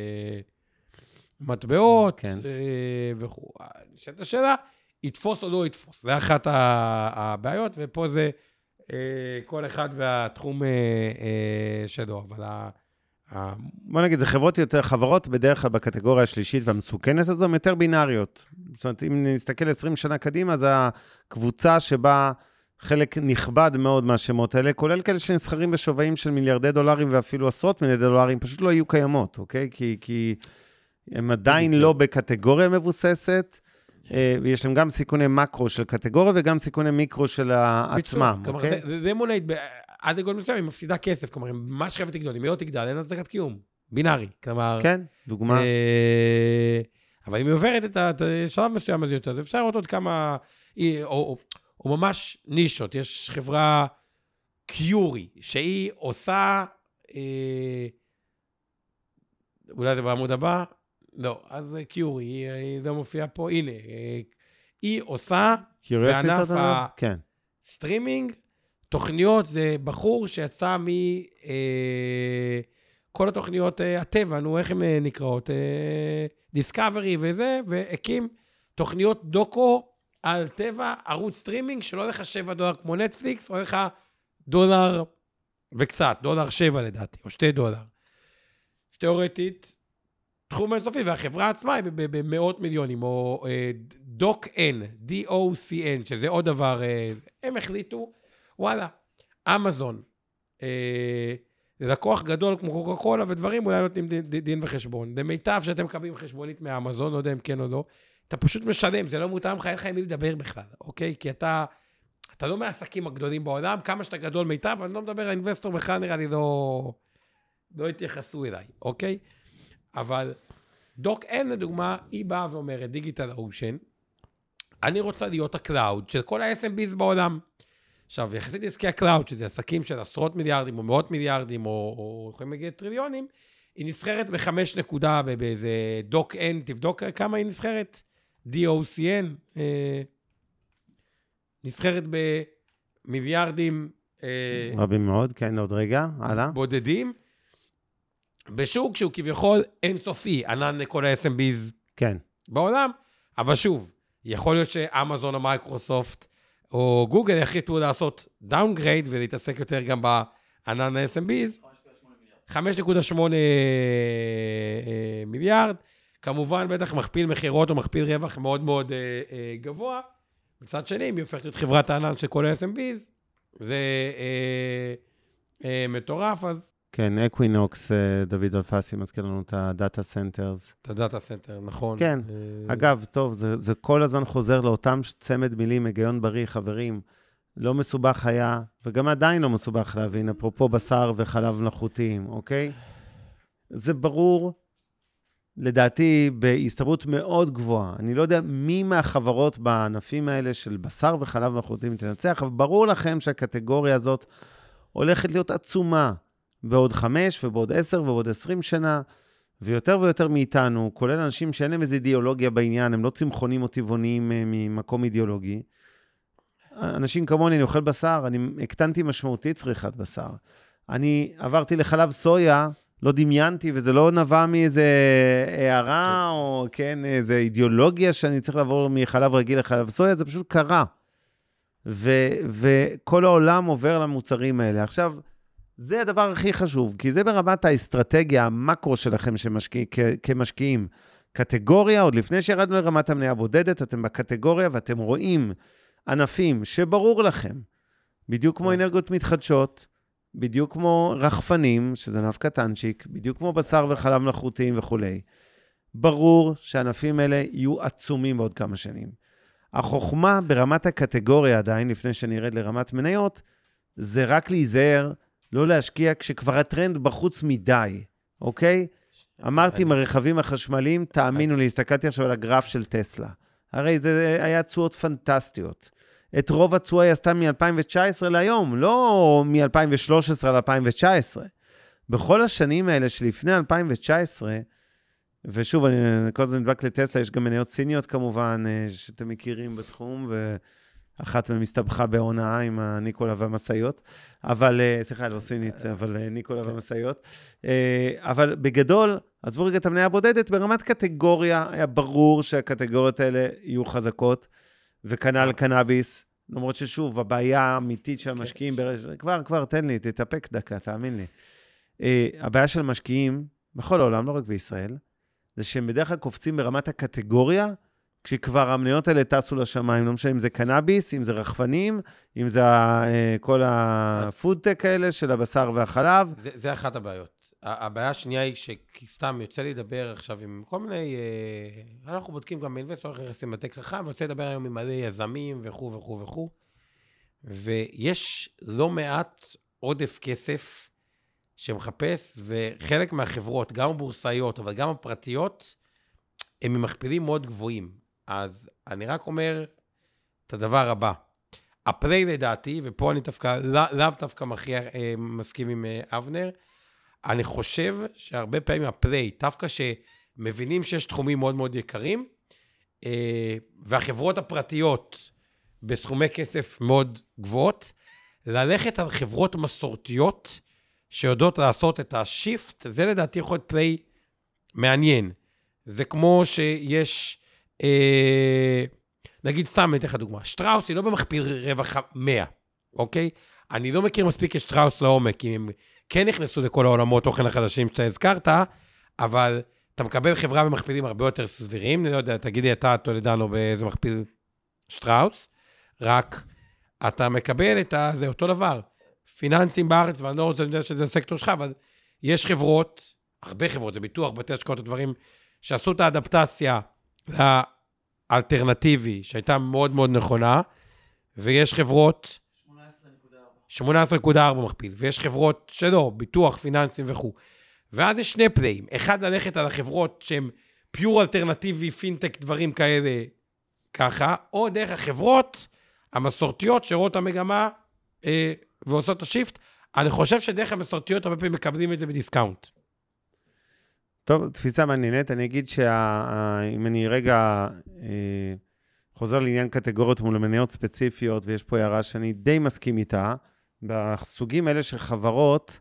מטבעות, וכו'. נשאלת השאלה, יתפוס או לא יתפוס. זה אחת הבעיות, ופה זה כל אחד והתחום שלו, אבל בוא נגיד, זה חברות בדרך כלל בקטגוריה השלישית והמסוכנת הזו, יותר בינאריות. זאת אומרת, אם נסתכל 20 שנה קדימה, אז הקבוצה שבה חלק נכבד מאוד מהשמות האלה, כולל כאלה שנסחרים בשווים של מיליארדי דולרים ואפילו עשרות מיליארדי דולרים, פשוט לא יהיו קיימות, אוקיי? כי הם עדיין לא בקטגוריה מבוססת, ויש להם גם סיכוני מקרו של קטגוריה, וגם סיכוני מיקרו של עצמם, אוקיי? זה מונית, עד לגודל מסוים, היא מפסידה כסף, כלומר, מה שחייבת לגדול, אם היא לא תגדל, אין הצדקת קיום, בינארי, כלומר... כן, דוגמה. אבל אם היא עוברת את השלב מסוים הזה יותר, אז אפשר לראות עוד כמה, או ממש נישות, יש חברה קיורי, שהיא עושה, אולי זה בעמוד הבא, לא, אז קיורי, היא לא מופיעה פה, הנה, היא עושה בענף הסטרימינג, תוכניות, זה בחור שיצא מכל התוכניות הטבע, נו, איך הן נקראות? דיסקאברי וזה, והקים תוכניות דוקו על טבע, ערוץ סטרימינג, שלא הולך $7 כמו נטפליקס, הולך $1 וקצת, $7 לדעתי, או $2. אז תיאורטית, תחום אינסופי, והחברה עצמה היא במאות מיליונים, או DocN, D-O-C-N, שזה עוד דבר, הם החליטו, וואלה, אמזון, לקוח גדול כמו קוקה קולה ודברים, אולי נותנים דין וחשבון. במיטב שאתם מקבלים חשבונית מאמזון, לא יודע אם כן או לא, אתה פשוט משלם, זה לא מותר לך, אין לך עם מי לדבר בכלל, אוקיי? כי אתה לא מהעסקים הגדולים בעולם, כמה שאתה גדול מיטב, אני לא מדבר, האינבסטור בכלל נראה לי לא התייחסו אליי, אוקיי? אבל DocN לדוגמה, היא באה ואומרת, דיגיטל אושן, אני רוצה להיות הקלאוד של כל ה-SMBs בעולם. עכשיו, יחסית עסקי הקלאוד, שזה עסקים של עשרות מיליארדים, או מאות מיליארדים, או יכולים להגיע טריליונים, היא נסחרת ב5 נקודה, באיזה DocN, תבדוק כמה היא נסחרת, DOCN, נסחרת במיליארדים, רבים מאוד, כן, עוד רגע, הלאה. בודדים, בשוק שהוא כביכול אינסופי, ענן לכל ה-SMBs כן. בעולם, אבל שוב, יכול להיות שאמזון או מייקרוסופט או גוגל החליטו לעשות דאונגרייד ולהתעסק יותר גם בענן ה-SMBs, 5.8 מיליארד, כמובן בטח מכפיל מחירות או מכפיל רווח מאוד מאוד גבוה, מצד שני, אם היא הופכת להיות חברת הענן של כל ה-SMBs, זה מטורף, אז... כן, אקווינוקס, דוד אלפסי מזכיר לנו את הדאטה סנטרס. את הדאטה סנטר, נכון. כן, אגב, טוב, זה כל הזמן חוזר לאותם צמד מילים, היגיון בריא, חברים, לא מסובך היה, וגם עדיין לא מסובך להבין, אפרופו בשר וחלב מלאכותיים, אוקיי? זה ברור, לדעתי, בהסתברות מאוד גבוהה. אני לא יודע מי מהחברות בענפים האלה של בשר וחלב מלאכותיים תנצח, אבל ברור לכם שהקטגוריה הזאת הולכת להיות עצומה, בעוד 5 ובעוד 10 ובעוד 20 שנה, ויותר ויותר מאיתנו, כולל אנשים שאין להם איזו אידיאולוגיה בעניין, הם לא צמחונים או טבעוניים ממקום אידיאולוגי. אנשים כמוני, אני אוכל בשר, אני הקטנתי משמעותית צריכת בשר. אני עברתי לחלב סויה, לא דמיינתי, וזה לא נבע מאיזה הערה, או כן, איזו אידיאולוגיה שאני צריך לעבור מחלב רגיל לחלב סויה, זה פשוט קרה. וכל העולם עובר למוצרים האלה. עכשיו, זה הדבר הכי חשוב, כי זה ברמת האסטרטגיה, המקרו שלכם כמשקיעים. קטגוריה, עוד לפני שירדנו לרמת המניה הבודדת, אתם בקטגוריה ואתם רואים ענפים שברור לכם, בדיוק כמו אנרגיות מתחדשות, בדיוק כמו רחפנים, שזה ענף קטנצ'יק, בדיוק כמו בשר וחלב מלאכותיים וכו'. ברור שהענפים האלה יהיו עצומים בעוד כמה שנים. החוכמה ברמת הקטגוריה עדיין, לפני שנרד לרמת מניות, זה רק להיזהר, לא להשקיע כשכבר הטרנד בחוץ מדי, אוקיי? אמרתי עם הרכבים החשמליים, תאמינו לי, הסתכלתי עכשיו על הגרף של טסלה. הרי זה היה תשואות פנטסטיות. את רוב התשואה היא עשתה מ-2019 להיום, לא מ-2013 ל-2019. בכל השנים האלה שלפני 2019, ושוב, אני כל הזמן נדבק לטסלה, יש גם מניות סיניות כמובן, שאתם מכירים בתחום, ואחת מהם הסתבכה בהונאה עם הניקולה והמסעיות, אבל, סליחה, לא סינית, אבל ניקולה והמסעיות, אבל בגדול, עזבו רגע את המניה הבודדת, ברמת קטגוריה, היה ברור שהקטגוריות האלה יהיו חזקות, וכנ"ל קנאביס, למרות ששוב, הבעיה האמיתית של המשקיעים, כבר, תן לי, תתאפק דקה, תאמין לי. הבעיה של המשקיעים, בכל העולם, לא רק בישראל, זה שהם בדרך כלל קופצים ברמת הקטגוריה, כשכבר המניות האלה טסו לשמיים, לא משנה אם זה קנאביס, אם זה רחפנים, אם זה כל הפודטק האלה של הבשר והחלב. זה אחת הבעיות. הבעיה השנייה היא שסתם יוצא לי לדבר עכשיו עם כל מיני, אנחנו בודקים גם באינבסטור, אנחנו נכנסים בטק רחב, ויוצא לדבר היום עם מלא יזמים וכו' וכו' וכו', ויש לא מעט עודף כסף שמחפש, וחלק מהחברות, גם הבורסאיות, אבל גם הפרטיות, הם ממכפילים מאוד גבוהים. אז אני רק אומר את הדבר הבא. הפליי לדעתי, ופה אני לאו דווקא מסכים עם אבנר, אני חושב שהרבה פעמים הפליי, דווקא שמבינים שיש תחומים מאוד מאוד יקרים, והחברות הפרטיות בסכומי כסף מאוד גבוהות, ללכת על חברות מסורתיות שיודעות לעשות את השיפט, זה לדעתי יכול להיות פליי מעניין. זה כמו שיש, נגיד סתם, אני אתן לך דוגמה, שטראוס היא לא במכפיל רווח 100, אוקיי? אני לא מכיר מספיק את שטראוס לעומק, אם הם כן נכנסו לכל העולמות תוכן החדשים שאתה הזכרת, אבל אתה מקבל חברה במכפילים הרבה יותר סבירים, אני לא יודע, תגידי אתה, תולדנו באיזה מכפיל שטראוס, רק אתה מקבל את זה אותו דבר, פיננסים בארץ, ואני לא רוצה לדעת שזה הסקטור שלך, אבל יש חברות, הרבה חברות, זה ביטוח, בתי השקעות, הדברים, שעשו את האדפטציה לאלטרנטיבי, שהייתה מאוד מאוד נכונה, ויש חברות 18.4 מכפיל, ויש חברות שלא, ביטוח, פיננסים וכו'. ואז יש שני פלאים, אחד ללכת על החברות שהן פיור אלטרנטיבי, פינטק, דברים כאלה, ככה, או דרך החברות המסורתיות שרואות המגמה ועושות את השיפט. אני חושב שדרך המסורתיות הרבה פעמים מקבלים את זה בדיסקאונט. טוב, תפיסה מעניינת, אני אגיד שאם אני רגע חוזר לעניין קטגוריות מול מניות ספציפיות, ויש פה הערה שאני די מסכים איתה, בסוגים האלה של חברות,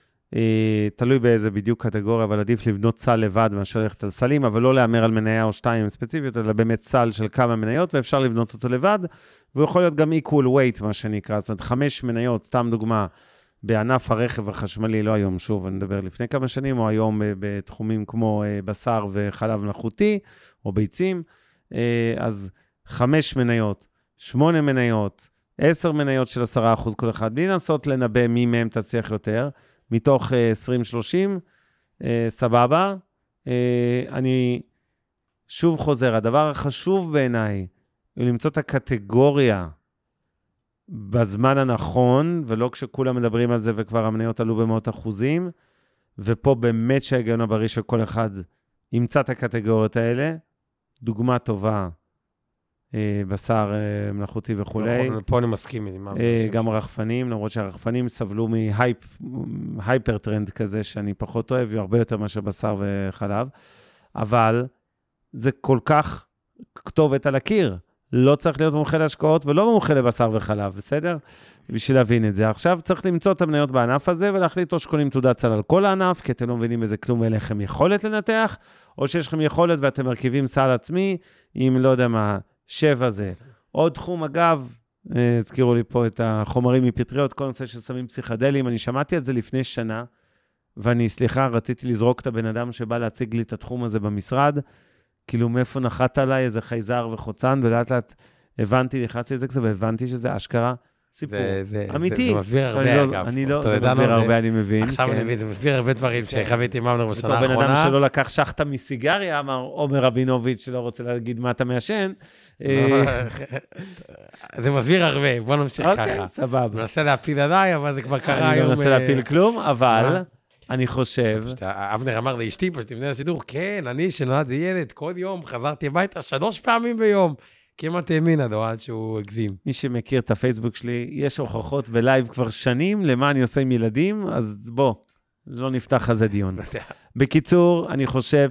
תלוי באיזה בדיוק קטגוריה, אבל עדיף לבנות סל לבד מאשר ללכת על סלים, אבל לא לאמר על מניה או שתיים ספציפיות, אלא באמת סל של כמה מניות, ואפשר לבנות אותו לבד, והוא יכול להיות גם equal weight, מה שנקרא, זאת אומרת 5 מניות, סתם דוגמה, בענף הרכב החשמלי, לא היום, שוב, אני מדבר לפני כמה שנים, או היום בתחומים כמו בשר וחלב מלאכותי, או ביצים, אז 5 מניות, 8 מניות, 10 מניות של 10% כל אחד, בלי לנסות לנבא מי מהם תצליח יותר, מתוך 20-30, סבבה. אני שוב חוזר, הדבר החשוב בעיניי, הוא למצוא את הקטגוריה בזמן הנכון, ולא כשכולם מדברים על זה וכבר המניות עלו במאות אחוזים, ופה באמת שההיגיון הבריא של כל אחד ימצא את הקטגוריות האלה, דוגמה טובה, בשר מלאכותי וכו'. פה אני מסכים. גם רחפנים, למרות שהרחפנים סבלו מהייפר טרנד כזה, שאני פחות אוהב, הרבה יותר מאשר בשר וחלב, אבל זה כל כך כתובת על הקיר. לא צריך להיות מומחה להשקעות, ולא מומחה לבשר וחלב, בסדר? בשביל להבין את זה. עכשיו צריך למצוא את המניות בענף הזה, ולהחליט או שקונים תעודת סל על כל הענף, כי אתם לא מבינים בזה כלום, ואין לכם יכולת לנתח, או שיש לכם יכולת ואתם מרכיבים סל עצמי, אם לא יודע מה, 7 זה. עוד תחום, אגב, הזכירו לי פה את החומרים מפטריות, כל נושא של סמים פסיכדליים, אני שמעתי את זה לפני שנה, ואני, סליחה, רציתי לזרוק את הבן אדם שבא להציג לי את התחום הזה במשרד, כאילו מאיפה נחת עליי איזה חייזר וחוצן, ולאט לאט הבנתי, נכנסתי לזה קצת, והבנתי שזה אשכרה סיפור אמיתי. זה מסביר הרבה, אגב. אני לא, זה מסביר הרבה, אני מבין. עכשיו אני מבין, זה מסביר הרבה דברים שחוויתי עם אמנר בשנה בתור האחרונה. בן אדם שלא לקח שחטה מסיגריה, אמר עומר רבינוביץ' שלא רוצה להגיד מה אתה מעשן. זה מסביר הרבה, בוא נמשיך ככה. אוקיי, סבבה. מנסה להפיל עליי, אבל זה כבר קרה היום. אני לא מנסה להפיל כלום, אבל אני חושב... אבנר אמר לאשתי, פשוט לפני השידור, כן, אני שנולדתי ילד, כל יום חזרתי הביתה 3 פעמים ביום. כמעט האמינה לו עד שהוא הגזים. מי שמכיר את הפייסבוק שלי, יש הוכחות בלייב כבר שנים למה אני עושה עם ילדים, אז בוא, לא נפתח על זה דיון. בקיצור, אני חושב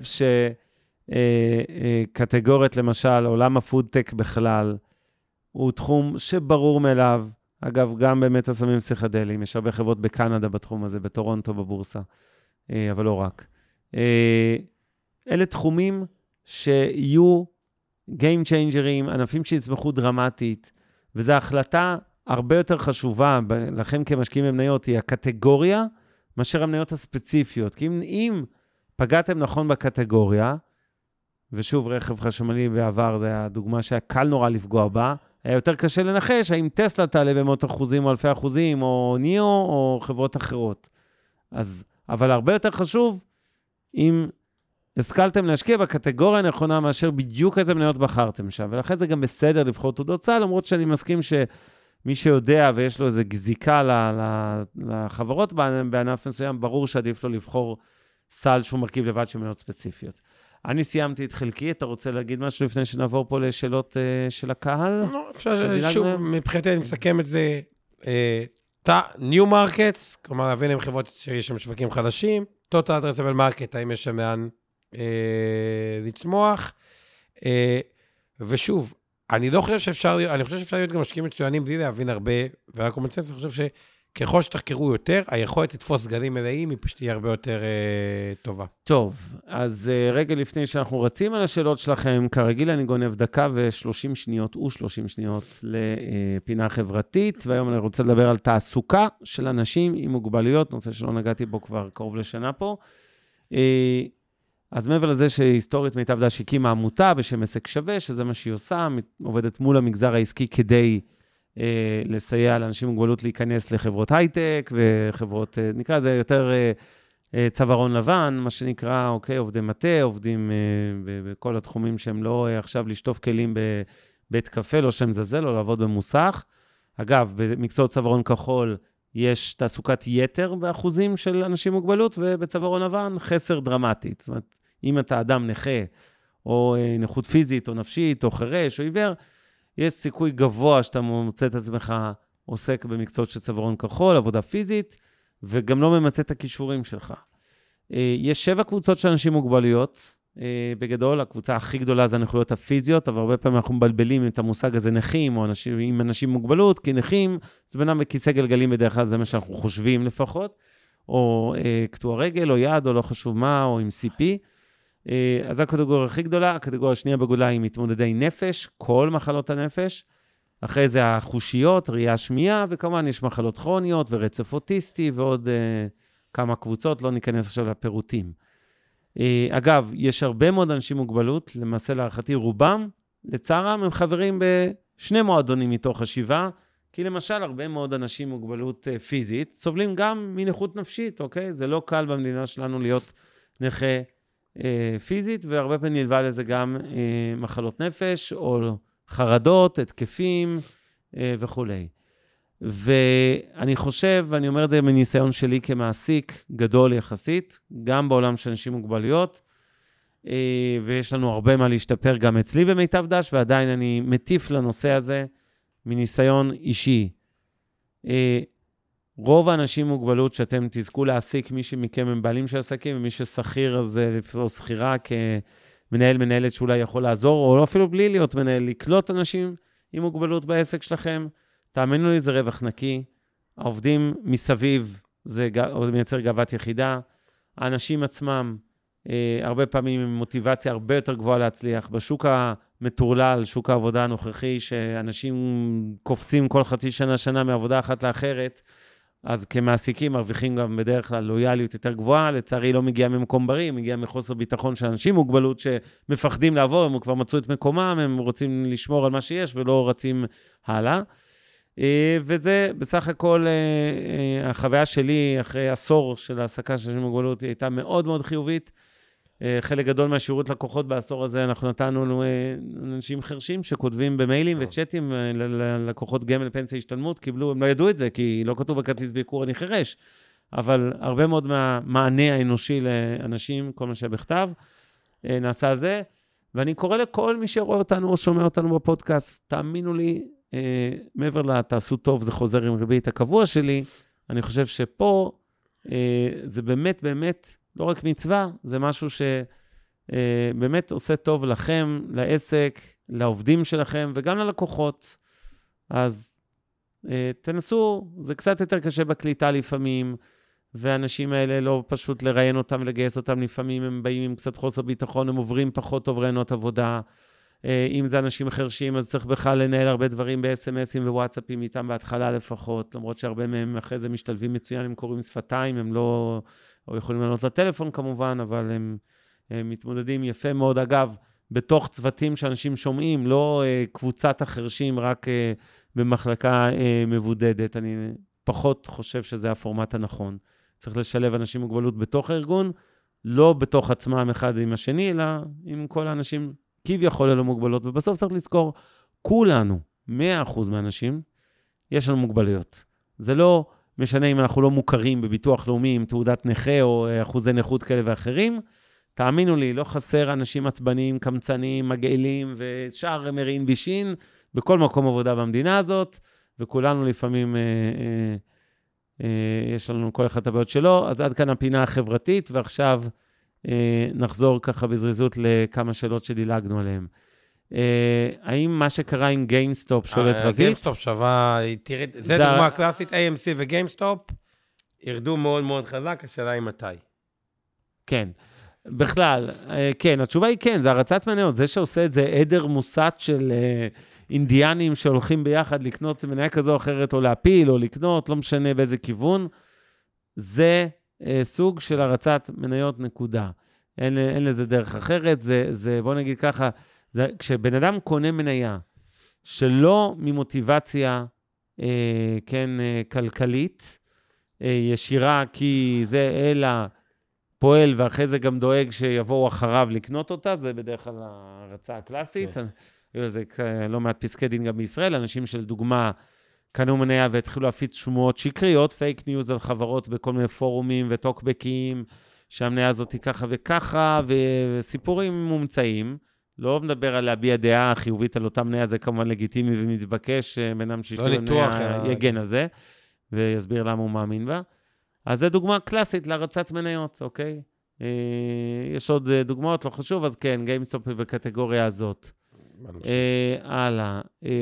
שקטגורית, למשל, עולם הפודטק בכלל, הוא תחום שברור מאליו. אגב, גם באמת הסמים פסיכדליים, יש הרבה חברות בקנדה בתחום הזה, בטורונטו בבורסה, אבל לא רק. אלה תחומים שיהיו Game Changer'ים, ענפים שיצמחו דרמטית, וזו החלטה הרבה יותר חשובה, לכם כמשקיעים במניות, היא הקטגוריה, מאשר המניות הספציפיות. כי אם פגעתם נכון בקטגוריה, ושוב, רכב חשמלי בעבר, זו הדוגמה שהיה קל נורא לפגוע בה, היה יותר קשה לנחש, האם טסלה תעלה במאות אחוזים או אלפי אחוזים, או ניאו, או חברות אחרות. אבל הרבה יותר חשוב, אם השכלתם להשקיע בקטגוריה הנכונה, מאשר בדיוק איזה מניות בחרתם שם, ולכן זה גם בסדר לבחור תעודות סל, למרות שאני מסכים שמי שיודע ויש לו איזו גזיקה לחברות בענף מסוים, ברור שעדיף לו לבחור סל שהוא מרכיב לבד של מניות ספציפיות. אני סיימתי את חלקי, אתה רוצה להגיד משהו לפני שנעבור פה לשאלות של הקהל? לא, אפשר, שוב, מבחינתי אני מסכם את זה, New Markets, כלומר, להבין עם חברות שיש שם שווקים חדשים, Total Addressable Market, האם יש שם מען לצמוח, ושוב, אני חושב שאפשר להיות גם משקיעים מצוינים בלי להבין הרבה, ורק קומנסנס, אני חושב שככל שתחקרו יותר, היכולת לתפוס גלים מלאים היא פשוט תהיה הרבה יותר טובה. טוב, אז רגע לפני שאנחנו רצים על השאלות שלכם, כרגיל אני גונב דקה ו30 שניות ו30 שניות לפינה חברתית, והיום אני רוצה לדבר על תעסוקה של אנשים עם מוגבלויות, נושא שלא נגעתי בו כבר קרוב לשנה פה. אז מעבר לזה שהיסטורית מיטב דש הקימה עמותה בשם עסק שווה, שזה מה שהיא עושה, עובדת מול המגזר העסקי כדי לסייע לאנשים עם מוגבלות להיכנס לחברות הייטק, וחברות, נקרא זה יותר צווארון לבן, מה שנקרא, אוקיי, עובדי מטה, עובדים בכל התחומים שהם לא עכשיו לשטוף כלים בבית קפה, לא שם זזל, או לעבוד במוסך. אגב, במקצועות צווארון כחול, יש תעסוקת יתר באחוזים של אנשים עם מוגבלות, ובצווארון לבן חסר דרמטית. זאת אומרת, אם אתה אדם נכה, או נכות פיזית, או נפשית, או חרש, או עיוור, יש סיכוי גבוה שאתה מוצא את עצמך עוסק במקצועות של צווארון כחול, עבודה פיזית, וגם לא ממצא את הכישורים שלך. יש 7 קבוצות של אנשים עם מוגבלויות, בגדול, הקבוצה הכי גדולה זה הנכויות הפיזיות, אבל הרבה פעמים אנחנו מבלבלים את המושג הזה נכים, או אנשים עם מוגבלות, כי נכים זה בינם בכיסא גלגלים בדרך כלל, זה מה שאנחנו חושבים לפחות, או קטוע רגל, או יד, או לא חשוב מה, או עם CP. אז הקטגוריה הכי גדולה, הקטגוריה השנייה בגודלה היא מתמודדי נפש, כל מחלות הנפש, אחרי זה החושיות, ראייה שמיעה, וכמובן יש מחלות כרוניות ורצף אוטיסטי, ועוד כמה קבוצות, לא ניכנס עכשיו לפירוטים. אגב, יש הרבה מאוד אנשים מוגבלות, למעשה להערכתי רובם, לצערם הם חברים בשני מועדונים מתוך 7, כי למשל הרבה מאוד אנשים מוגבלות פיזית, סובלים גם מנכות נפשית, אוקיי? זה לא קל במדינה שלנו להיות נכה פיזית, והרבה פעמים נלווה לזה גם מחלות נפש, או חרדות, התקפים וכו'. ואני חושב, ואני אומר את זה מניסיון שלי כמעסיק גדול יחסית, גם בעולם של אנשים מוגבלויות, ויש לנו הרבה מה להשתפר גם אצלי במיטב דש, ועדיין אני מטיף לנושא הזה מניסיון אישי. רוב האנשים עם מוגבלות שאתם תזכו להעסיק, מי שמכם הם בעלים של עסקים, ומי ששכיר אז לפעול שכירה מנהלת שאולי יכול לעזור, או אפילו בלי להיות מנהל, לקלוט אנשים עם מוגבלות בעסק שלכם, תאמינו לי, זה רווח נקי, העובדים מסביב, זה מייצר גאוות יחידה, האנשים עצמם, הרבה פעמים עם מוטיבציה הרבה יותר גבוהה להצליח, בשוק המטורלל, שוק העבודה הנוכחי, שאנשים קופצים כל חצי שנה מעבודה אחת לאחרת, אז כמעסיקים מרוויחים גם בדרך כלל לויאליות יותר גבוהה, לצערי לא מגיע ממקום בריא, מגיע מחוסר ביטחון של אנשים מוגבלות שמפחדים לעבור, הם כבר מצאו את מקומם, הם רוצים לשמור על מה שיש ולא רצים הלאה. וזה בסך הכל החוויה שלי אחרי עשור של העסקה של מוגבלות היא הייתה מאוד מאוד חיובית. חלק גדול מהשירות לקוחות בעשור הזה אנחנו נתנו אנשים חרשים שכותבים במיילים וצ'אטים ללקוחות גמל פנסיה השתלמות, קיבלו, הם לא ידעו את זה כי לא כתוב בכרטיס ביקור אני חרש, אבל הרבה מאוד מהמענה האנושי לאנשים, כל מה שבכתב, נעשה על זה, ואני קורא לכל מי שרואה אותנו או שומע אותנו בפודקאסט, תאמינו לי, מעבר לתעשו טוב, זה חוזר עם ריבית הקבוע שלי, אני חושב שפה זה באמת באמת לא רק מצווה, זה משהו שבאמת עושה טוב לכם, לעסק, לעובדים שלכם וגם ללקוחות. אז תנסו, זה קצת יותר קשה בקליטה לפעמים, והאנשים האלה לא פשוט לראיין אותם ולגייס אותם לפעמים, הם באים עם קצת חוסר ביטחון, הם עוברים פחות טוב רעיונות עבודה. אם זה אנשים חרשים, אז צריך בכלל לנהל הרבה דברים ב-SMSים ווואטסאפים איתם בהתחלה לפחות, למרות שהרבה מהם אחרי זה משתלבים מצוין, הם קוראים שפתיים, הם לא, או יכולים לענות לטלפון כמובן, אבל הם מתמודדים יפה מאוד. אגב, בתוך צוותים שאנשים שומעים, לא קבוצת החרשים, רק במחלקה מבודדת. אני פחות חושב שזה הפורמט הנכון. צריך לשלב אנשים עם מוגבלות בתוך הארגון, לא בתוך עצמם אחד עם השני, אלא עם כל האנשים כביכול ללא מוגבלות, ובסוף צריך לזכור, כולנו, 100% מהאנשים, יש לנו מוגבלויות. זה לא משנה אם אנחנו לא מוכרים בביטוח לאומי, עם תעודת נכה או אחוזי נכות כאלה ואחרים, תאמינו לי, לא חסר אנשים עצבניים, קמצניים, מגעילים ושאר מרין בישין, בכל מקום עבודה במדינה הזאת, וכולנו לפעמים יש לנו כל אחד את הבעיות שלו, אז עד כאן הפינה החברתית, ועכשיו נחזור ככה בזריזות לכמה שאלות שדילגנו עליהן. האם מה שקרה עם גיימסטופ שואלת רבית? גיימסטופ שווה, זה דוגמה קלאסית, AMC וגיימסטופ, ירדו מאוד מאוד חזק, השאלה היא מתי. כן, בכלל, כן, התשובה היא כן, זה הרצת מניות, זה שעושה את זה עדר מוסת של אינדיאנים שהולכים ביחד לקנות מניה כזו או אחרת, או להפיל, או לקנות, לא משנה באיזה כיוון, זה סוג של הרצת מניות נקודה. אין לזה דרך אחרת, זה בוא נגיד ככה, כשבן אדם קונה מניה, שלא ממוטיבציה, כן, כלכלית, ישירה, כי זה אלא פועל, ואחרי זה גם דואג שיבואו אחריו לקנות אותה, זה בדרך כלל הרצה הקלאסית. זה לא מעט פסקי דין גם בישראל, אנשים של דוגמה, קנו מניה והתחילו להפיץ שמועות שקריות, פייק ניוז על חברות בכל מיני פורומים וטוקבקים, שהמניה הזאת היא ככה וככה, וסיפורים מומצאים, לא מדבר על להביע דעה חיובית על אותה מניה, זה כמובן לגיטימי ומתבקש, בנם שישתו מניה יגן על זה, ויסביר למה הוא מאמין בה. אז זו דוגמה קלאסית להרצת מניות, אוקיי? יש עוד דוגמאות, לא חשוב, אז כן, גיימסטופ בקטגוריה הזאת. הלאה.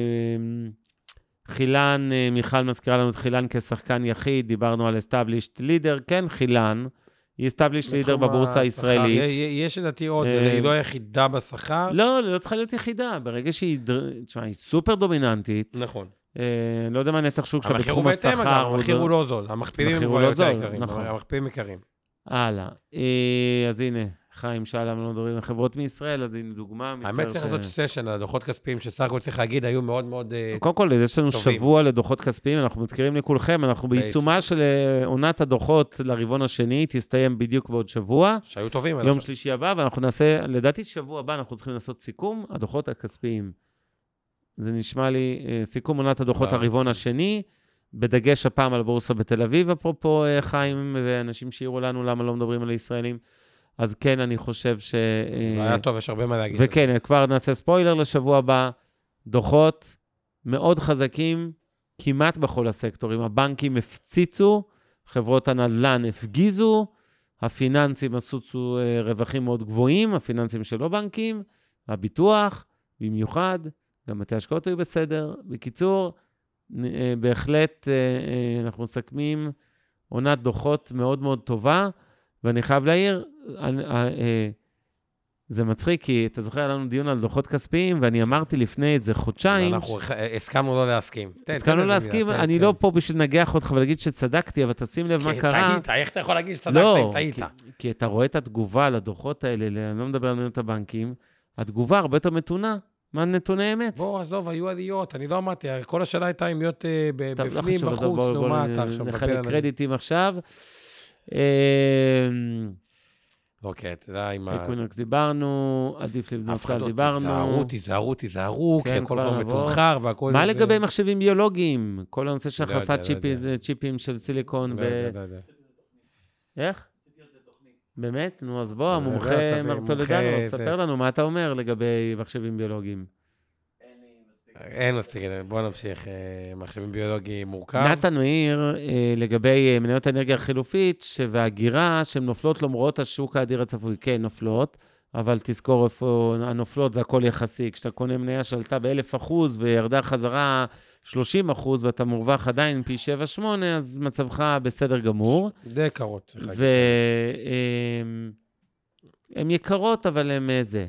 חילן, מיכל מזכירה לנו את חילן כשחקן יחיד, דיברנו על established leader, כן, חילן, היא established leader בבורסה הישראלית. יש לדעתי עוד, היא לא היחידה בשכר. לא צריכה להיות יחידה, ברגע שהיא סופר דומיננטית. נכון. לא יודע מה נתח שוק שלה בתחום השכר. המחיר הוא לא זול, המכפילים הם כבר יותר יקרים, המכפילים יקרים. הלאה, אז הנה, חיים שאלה, לא מדברים על חברות מישראל, אז הנה דוגמה. האמת צריך לעשות סשן על דוחות כספיים, שסך הכל צריך להגיד, היו מאוד מאוד טובים. קודם כל, יש לנו שבוע לדוחות כספיים, אנחנו מזכירים לכולכם, אנחנו בעיצומה של עונת הדוחות לרבעון השני, תסתיים בדיוק בעוד שבוע. שהיו טובים. יום שלישי הבא, ואנחנו נעשה, לדעתי שבוע הבא, אנחנו צריכים לעשות סיכום, הדוחות הכספיים. זה נשמע לי סיכום עונת הדוחות הרבעון השני, בדגש הפעם על הבורסה בתל אביב, אפרופו חיים ואנשים שיראו לנו למה לא מדברים על הישראלים. אז כן, אני חושב ש... היה טוב, יש הרבה מה להגיד. וכן, כבר נעשה ספוילר לשבוע הבא, דוחות מאוד חזקים, כמעט בכל הסקטורים. הבנקים הפציצו, חברות הנדל"ן הפגיזו, הפיננסים עשו רווחים מאוד גבוהים, הפיננסים שלא בנקים, הביטוח, במיוחד, גם בתי השקעות היו בסדר. בקיצור, בהחלט אנחנו מסכמים עונת דוחות מאוד מאוד טובה, ואני חייב להעיר, זה מצחיק, כי אתה זוכר, היה לנו דיון על דוחות כספיים, ואני אמרתי לפני איזה חודשיים... אנחנו הסכמנו לא להסכים. הסכמנו לא להסכים, אני לא פה בשביל לנגח אותך ולהגיד שצדקתי, אבל תשים לב מה קרה. טעית, איך אתה יכול להגיד שצדקת אם טעית? כי אתה רואה את התגובה לדוחות האלה, אני לא מדבר על מניות הבנקים, התגובה הרבה יותר מתונה. מה נתוני אמת? בוא, עזוב, היו עליות, אני לא אמרתי, כל השאלה הייתה אם להיות בפנים, בחוץ, נו מה אתה עכשיו. נחלק קרדיטים עכשיו. אוקיי, אתה יודע, עם אקווינוקס דיברנו, עדיף לבנות סל דיברנו. תיזהרו, כי הכל כבר מתומחר והכל... מה לגבי מחשבים ביולוגיים? כל הנושא של החלפת צ'יפים של סיליקון. איך? באמת? נו, אז בוא, המומחה מר טולדנו, ספר לנו מה אתה אומר לגבי מחשבים ביולוגיים. אין מספיק, בוא נמשיך, מחשבים ביולוגיים מורכב. נתן מעיר לגבי מניות האנרגיה החילופית, והגירה שהן נופלות למרות השוק האדיר הצפוי. כן, נופלות, אבל תזכור איפה הנופלות, זה הכל יחסי. כשאתה קונה מניה שעלתה ב1,000% וירדה חזרה 30%, ואתה מורווח עדיין פי 7-8, אז מצבך בסדר גמור. די יקרות, צריך להגיד. והן יקרות, אבל הן זה.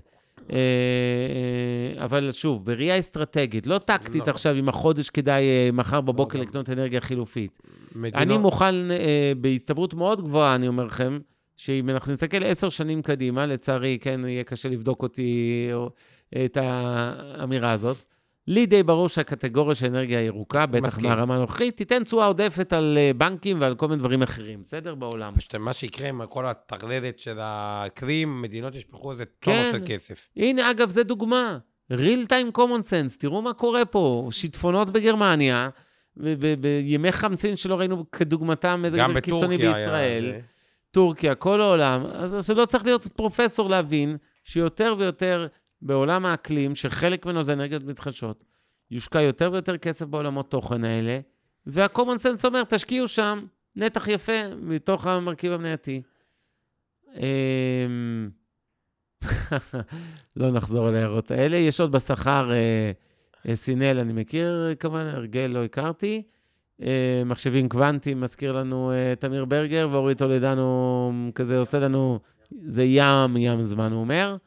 אבל שוב, בראייה אסטרטגית, לא טקטית עכשיו, אם החודש כדאי מחר בבוקר לקנות אנרגיה חילופית. אני מוכן, בהסתברות מאוד גבוהה, אני אומר לכם, שאם אנחנו נסתכל 10 שנים קדימה, לצערי, כן, יהיה קשה לבדוק אותי את האמירה הזאת, לי די ברור שהקטגוריה של אנרגיה ירוקה, בטח מהרמה הנוכחית, תיתן תשואה עודפת על בנקים ועל כל מיני דברים אחרים, בסדר? בעולם. מה שיקרה עם כל הטרללת של האקלים, מדינות ישפכו איזה טונות של כסף. הנה, אגב, זה דוגמה. real time common sense, תראו מה קורה פה. שיטפונות בגרמניה, בימי חמצין שלא ראינו כדוגמתם איזה קיצוני בישראל. טורקיה, כל העולם. אז לא צריך להיות פרופסור להבין שיותר ויותר בעולם האקלים, שחלק ממנו זה אנרגיות מתחדשות, יושקע יותר ויותר כסף בעולמות תוכן האלה, וה-common sense אומר, תשקיעו שם נתח יפה מתוך המרכיב המנייתי. לא נחזור על ההערות האלה. יש עוד בשכר סינל, אני מכיר כמובן, הרגל לא הכרתי. מחשבים קוונטיים, מזכיר לנו תמיר ברגר, ואורי טולדנו כזה עושה לנו, זה ים זמן, הוא אומר.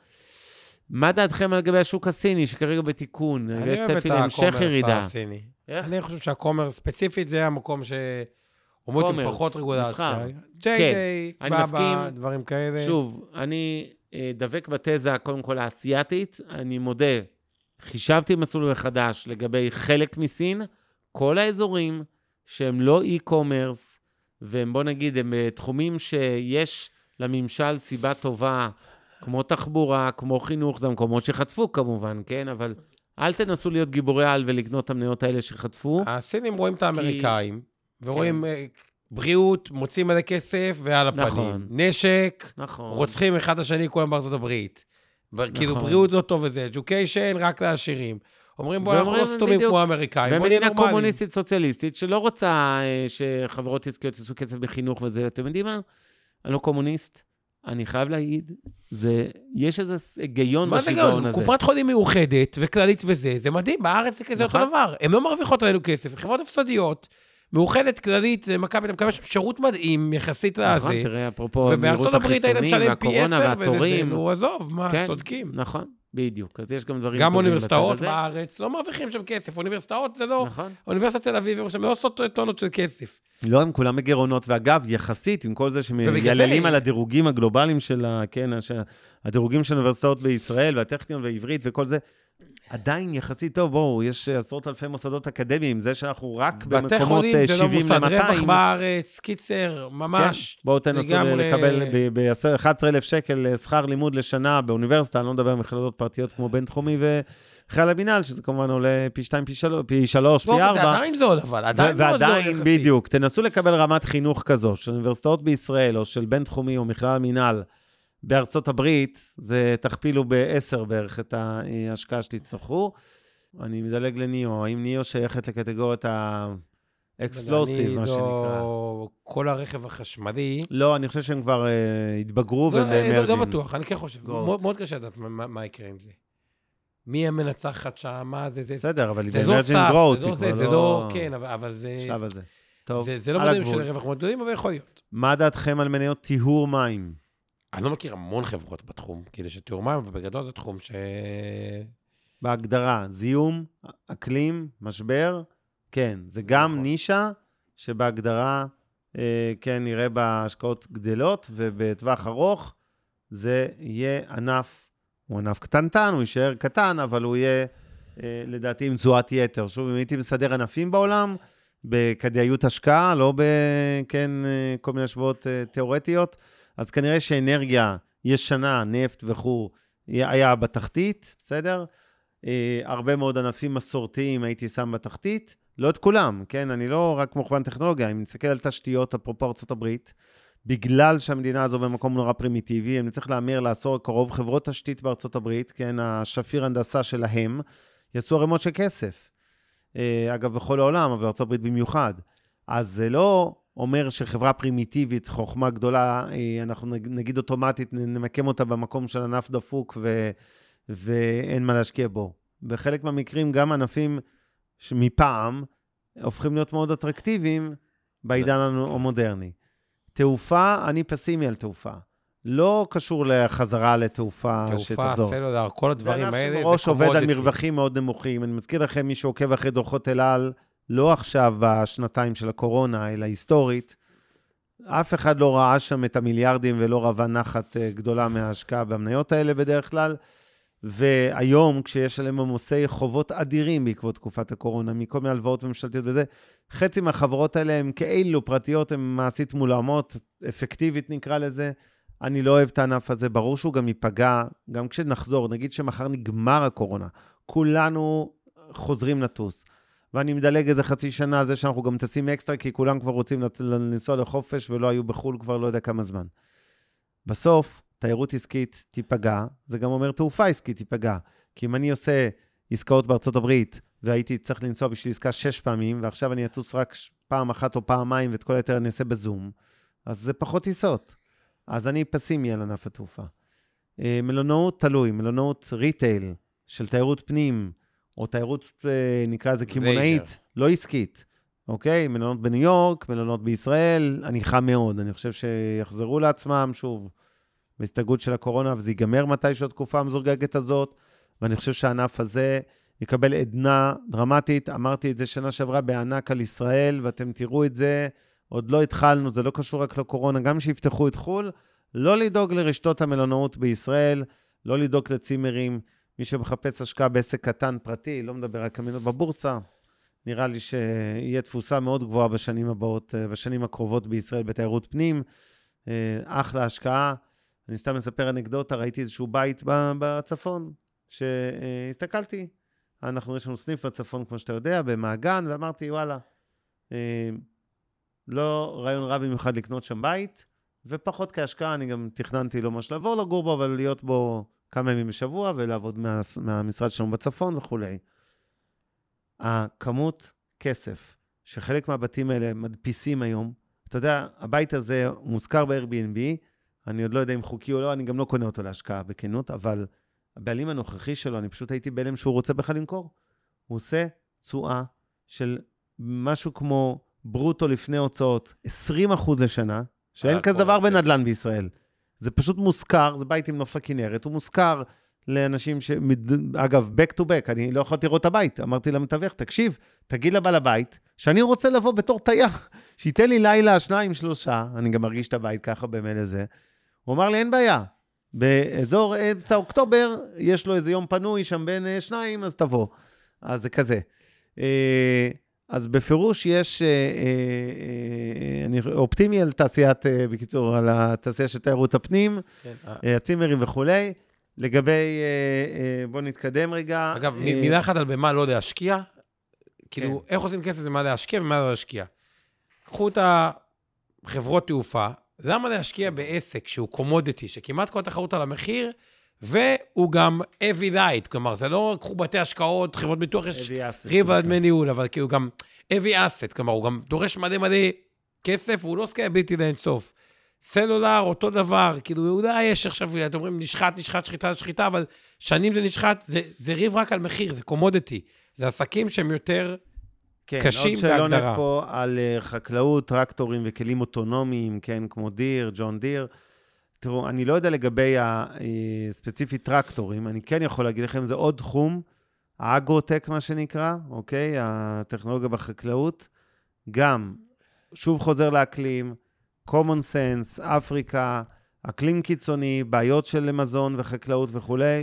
מה דעתכם על גבי השוק הסיני, שכרגע בתיקון? יש צפי להמשך ירידה. אני חושב שהקומרס ספציפית זה המקום שאומרים עם פחות רגולציה. כן, אני מסכים. דברים כאלה. שוב, אני דבק בתזה, קודם כל האסייתית, אני מודה, חישבתי מסלול חדש לגבי חלק מסין, כל האזורים שהם לא e-commerce, והם בוא נגיד, הם תחומים שיש לממשל סיבה טובה, כמו תחבורה, כמו חינוך, זה מקומות שחטפו כמובן, כן? אבל אל תנסו להיות גיבורי על ולקנות את המניות האלה שחטפו. הסינים רואים את האמריקאים, ורואים בריאות, מוצאים מלא כסף ועל הפנים. נשק, רוצחים אחד השני כולם בארצות הברית. כאילו בריאות לא טוב וזה, education רק לעשירים. אומרים בוא, אנחנו לא סתומים כמו האמריקאים, בוא נהיה נורמליים. ומדינה קומוניסטית סוציאליסטית שלא רוצה שחברות עסקיות יעשו כסף בחינוך וזה, אתם יודעים מה? אני לא קומוניסט. אני חייב להגיד, יש איזה היגיון בשיגעון הזה. קופת חולים מיוחדת וכללית וזה, זה מדהים, בארץ זה כזה אותו דבר. הם לא מרוויחות עלינו כסף, חברות הפסדיות, מאוחדת כללית, זה מכבי, אתה מקבל שירות מדהים יחסית לזה. נכון, תראה, אפרופו מהירות החיסונים והקורונה והתורים. נו, עזוב, מה, צודקים. נכון, בדיוק, אז יש גם דברים גם אוניברסיטאות בארץ לא מרוויחים שם כסף, אוניברסיטאות זה לא, אוניברסיטת תל אביב, הם לא עושות טונות של כסף. לא, הם כולם בגירעונות, ואגב, יחסית, עם כל זה שמייעלים על הדירוגים הגלובליים של, כן, הדירוגים של אוניברסיטאות בישראל, והטכניון והעברית וכל זה, עדיין יחסית טוב, בואו, יש עשרות אלפי מוסדות אקדמיים, זה שאנחנו רק במקומות 70 ל-200. בתי חולים זה לא מוסד רווח בארץ, קיצר, ממש. כן, בואו תנסו לקבל ב-11,000 שקל שכר לימוד לשנה באוניברסיטה, אני לא מדבר על מכללות פרטיות כמו בן תחומי חיל המינהל, שזה כמובן עולה פי 2, פי 3, פי 4. זה עדיין זול, אבל עדיין לא זול. ועדיין, בדיוק, תנסו לקבל רמת חינוך כזו, של אוניברסיטאות בישראל, או של בן תחומי, או מכלל המינהל, בארצות הברית, זה תכפילו ב10 בערך את ההשקעה שתצטרכו. אני מדלג לניאו, האם ניאו שייכת לקטגוריית האקספלוסיב, מה שנקרא? כל הרכב החשמלי. לא, אני חושב שהם כבר התבגרו ומרג'ים. לא בטוח, אני כן חושב. מאוד קשה לדעת מה יקרה עם זה. מי המנצחת שם, מה זה, בסדר, אבל זה לא סף, זה לא, כן, אבל זה... עכשיו הזה. טוב, זה לא מדעים של רווח מאוד גדולים, אבל יכול להיות. מה דעתכם על מניות טיהור מים? אני לא מכיר המון חברות בתחום, כאילו שתיאור מים, ובגדול זה תחום בהגדרה, זיהום, אקלים, משבר, כן, זה גם נישה שבהגדרה, כן, נראה בהשקעות גדלות, ובטווח ארוך זה יהיה ענף, הוא ענף קטנטן, הוא יישאר קטן, אבל הוא יהיה, לדעתי, עם תזואת יתר. שוב, אם הייתי מסדר ענפים בעולם, בכדאיות השקעה, לא כן, כל מיני השוואות תיאורטיות, אז כנראה שאנרגיה ישנה, נפט וכו', היה בתחתית, בסדר? הרבה מאוד ענפים מסורתיים הייתי שם בתחתית, לא את כולם, כן? אני לא רק מוכוון טכנולוגיה, אם נסתכל על תשתיות, אפרופו ארצות הברית, בגלל שהמדינה הזו במקום נורא פרימיטיבי, אני צריך להמיר לעשור הקרוב, חברות תשתית בארצות הברית, כן? השפיר הנדסה שלהם, יעשו ערימות של כסף. אגב, בכל העולם, אבל בארצות הברית במיוחד. אז זה לא אומר שחברה פרימיטיבית, חוכמה גדולה, אנחנו נגיד אוטומטית, נמקם אותה במקום של ענף דפוק ואין מה להשקיע בו. בחלק מהמקרים, גם ענפים שמפעם הופכים להיות מאוד אטרקטיביים בעידן המודרני. תעופה, אני פסימי על תעופה. לא קשור לחזרה לתעופה שתחזור. תעופה, סלולר, כל הדברים האלה, זה ענף שעובד על מרווחים מאוד נמוכים. אני מזכיר לכם, מי שעוקב אחרי דוחות אל על, לא עכשיו בשנתיים של הקורונה, אלא היסטורית, אף אחד לא ראה שם את המיליארדים ולא רבה נחת גדולה מההשקעה במניות האלה בדרך כלל, והיום כשיש עליהם עמוסי חובות אדירים בעקבות תקופת הקורונה, מכל מיני הלוואות ממשלתיות וזה, חצי מהחברות האלה הם כאילו פרטיות, הן מעשית מולמות, אפקטיבית נקרא לזה, אני לא אוהב את הענף הזה, ברור שהוא גם ייפגע, גם כשנחזור, נגיד שמחר נגמר הקורונה, כולנו חוזרים לטוס, ואני מדלג איזה חצי שנה על זה שאנחנו גם טסים אקסטרה, כי כולם כבר רוצים לנסוע לחופש, ולא היו בחול כבר לא יודע כמה זמן. בסוף, תיירות עסקית תיפגע, זה גם אומר תעופה עסקית תיפגע, כי אם אני עושה עסקאות בארצות הברית, והייתי צריך לנסוע בשביל עסקה 6 פעמים, ועכשיו אני אטוס רק פעם אחת או פעמיים, ואת כל היתר אני אעשה בזום, אז זה פחות טיסות. אז אני פסימי על ענף התעופה. מלונאות תלוי, מלונאות ריטייל של תיירות פנים, או תיירות, נקרא לזה כימונאית, לא עסקית. אוקיי? מלונות בניו יורק, מלונות בישראל, אני חם מאוד. אני חושב שיחזרו לעצמם, שוב, בהסתגרות של הקורונה, וזה ייגמר מתישהו התקופה המזורגגת הזאת, ואני חושב שהענף הזה יקבל עדנה דרמטית. אמרתי את זה שנה שעברה בענק על ישראל, ואתם תראו את זה, עוד לא התחלנו, זה לא קשור רק לקורונה, גם שיפתחו את חול, לא לדאוג לרשתות המלונאות בישראל, לא לדאוג לצימרים, מי שמחפש השקעה בעסק קטן פרטי, לא מדבר רק המנות בבורסה, נראה לי שיהיה תפוסה מאוד גבוהה בשנים הבאות, בשנים הקרובות בישראל בתיירות פנים, אחלה השקעה. אני סתם מספר אנקדוטה, ראיתי איזשהו בית בצפון, שהסתכלתי, יש לנו סניף בצפון, כמו שאתה יודע, במעגן, ואמרתי, וואלה, לא רעיון רע במיוחד לקנות שם בית, ופחות כהשקעה, אני גם תכננתי לא ממש לעבור לגור בו, אבל להיות בו כמה ימים בשבוע, ולעבוד מהמשרד שלנו בצפון וכו'. הכמות כסף, שחלק מהבתים האלה מדפיסים היום, אתה יודע, הבית הזה מוזכר ב-Airbnb, אני עוד לא יודע אם חוקי או לא, אני גם לא קונה אותו להשקעה בכנות, אבל הבעלים הנוכחי שלו, אני פשוט הייתי בהלם שהוא רוצה בכלל למכור. הוא עושה תשואה של משהו כמו ברוטו לפני הוצאות, 20% לשנה, שאין כזה דבר בנדלן בישראל. זה פשוט מוזכר, זה בית עם נוף הכנרת, הוא מוזכר לאנשים אגב, back to back, אני לא יכולתי לראות את הבית, אמרתי למתווך, תקשיב, תגיד לבעל הבית, שאני רוצה לבוא בתור תייר, שייתן לי לילה 2-3, אני גם מרגיש את הבית ככה במילא זה, הוא אמר לי, אין בעיה, באזור אמצע אוקטובר, יש לו איזה יום פנוי שם בין 2, אז תבוא. אז זה כזה. אז בפירוש יש, אני אופטימי על תעשיית, בקיצור, על התעשייה של תיירות הפנים, הצימרים וכו'. לגבי, בוא נתקדם רגע. אגב, מילה אחת על במה לא להשקיע, כאילו, איך עושים כסף זה מה להשקיע ומה לא להשקיע. קחו את החברות תעופה, למה להשקיע בעסק שהוא קומודיטי, שכמעט כל התחרות על המחיר, והוא גם heavy light, כלומר, זה לא קחו בתי השקעות, חברות ביטוח, יש ריב על דמי ניהול, אבל כאילו גם heavy asset, כלומר, הוא גם דורש מלא כסף, והוא לא סקייביליטי לאינסוף. סלולר, אותו דבר, כאילו, אולי יש עכשיו, אתם אומרים, נשחט, שחיטה, אבל שנים זה נשחט, זה ריב רק על מחיר, זה קומודיטי. זה עסקים שהם יותר קשים בהגדרה. עוד שאלונת פה על חקלאות, טרקטורים וכלים אוטונומיים, כן, כמו דיר, ג'ון דיר. תראו, אני לא יודע לגבי הספציפית טרקטורים, אני כן יכול להגיד לכם, זה עוד תחום, האגרוטק מה שנקרא, אוקיי? הטכנולוגיה בחקלאות, גם, שוב חוזר לאקלים, common sense, אפריקה, אקלים קיצוני, בעיות של מזון וחקלאות וכולי,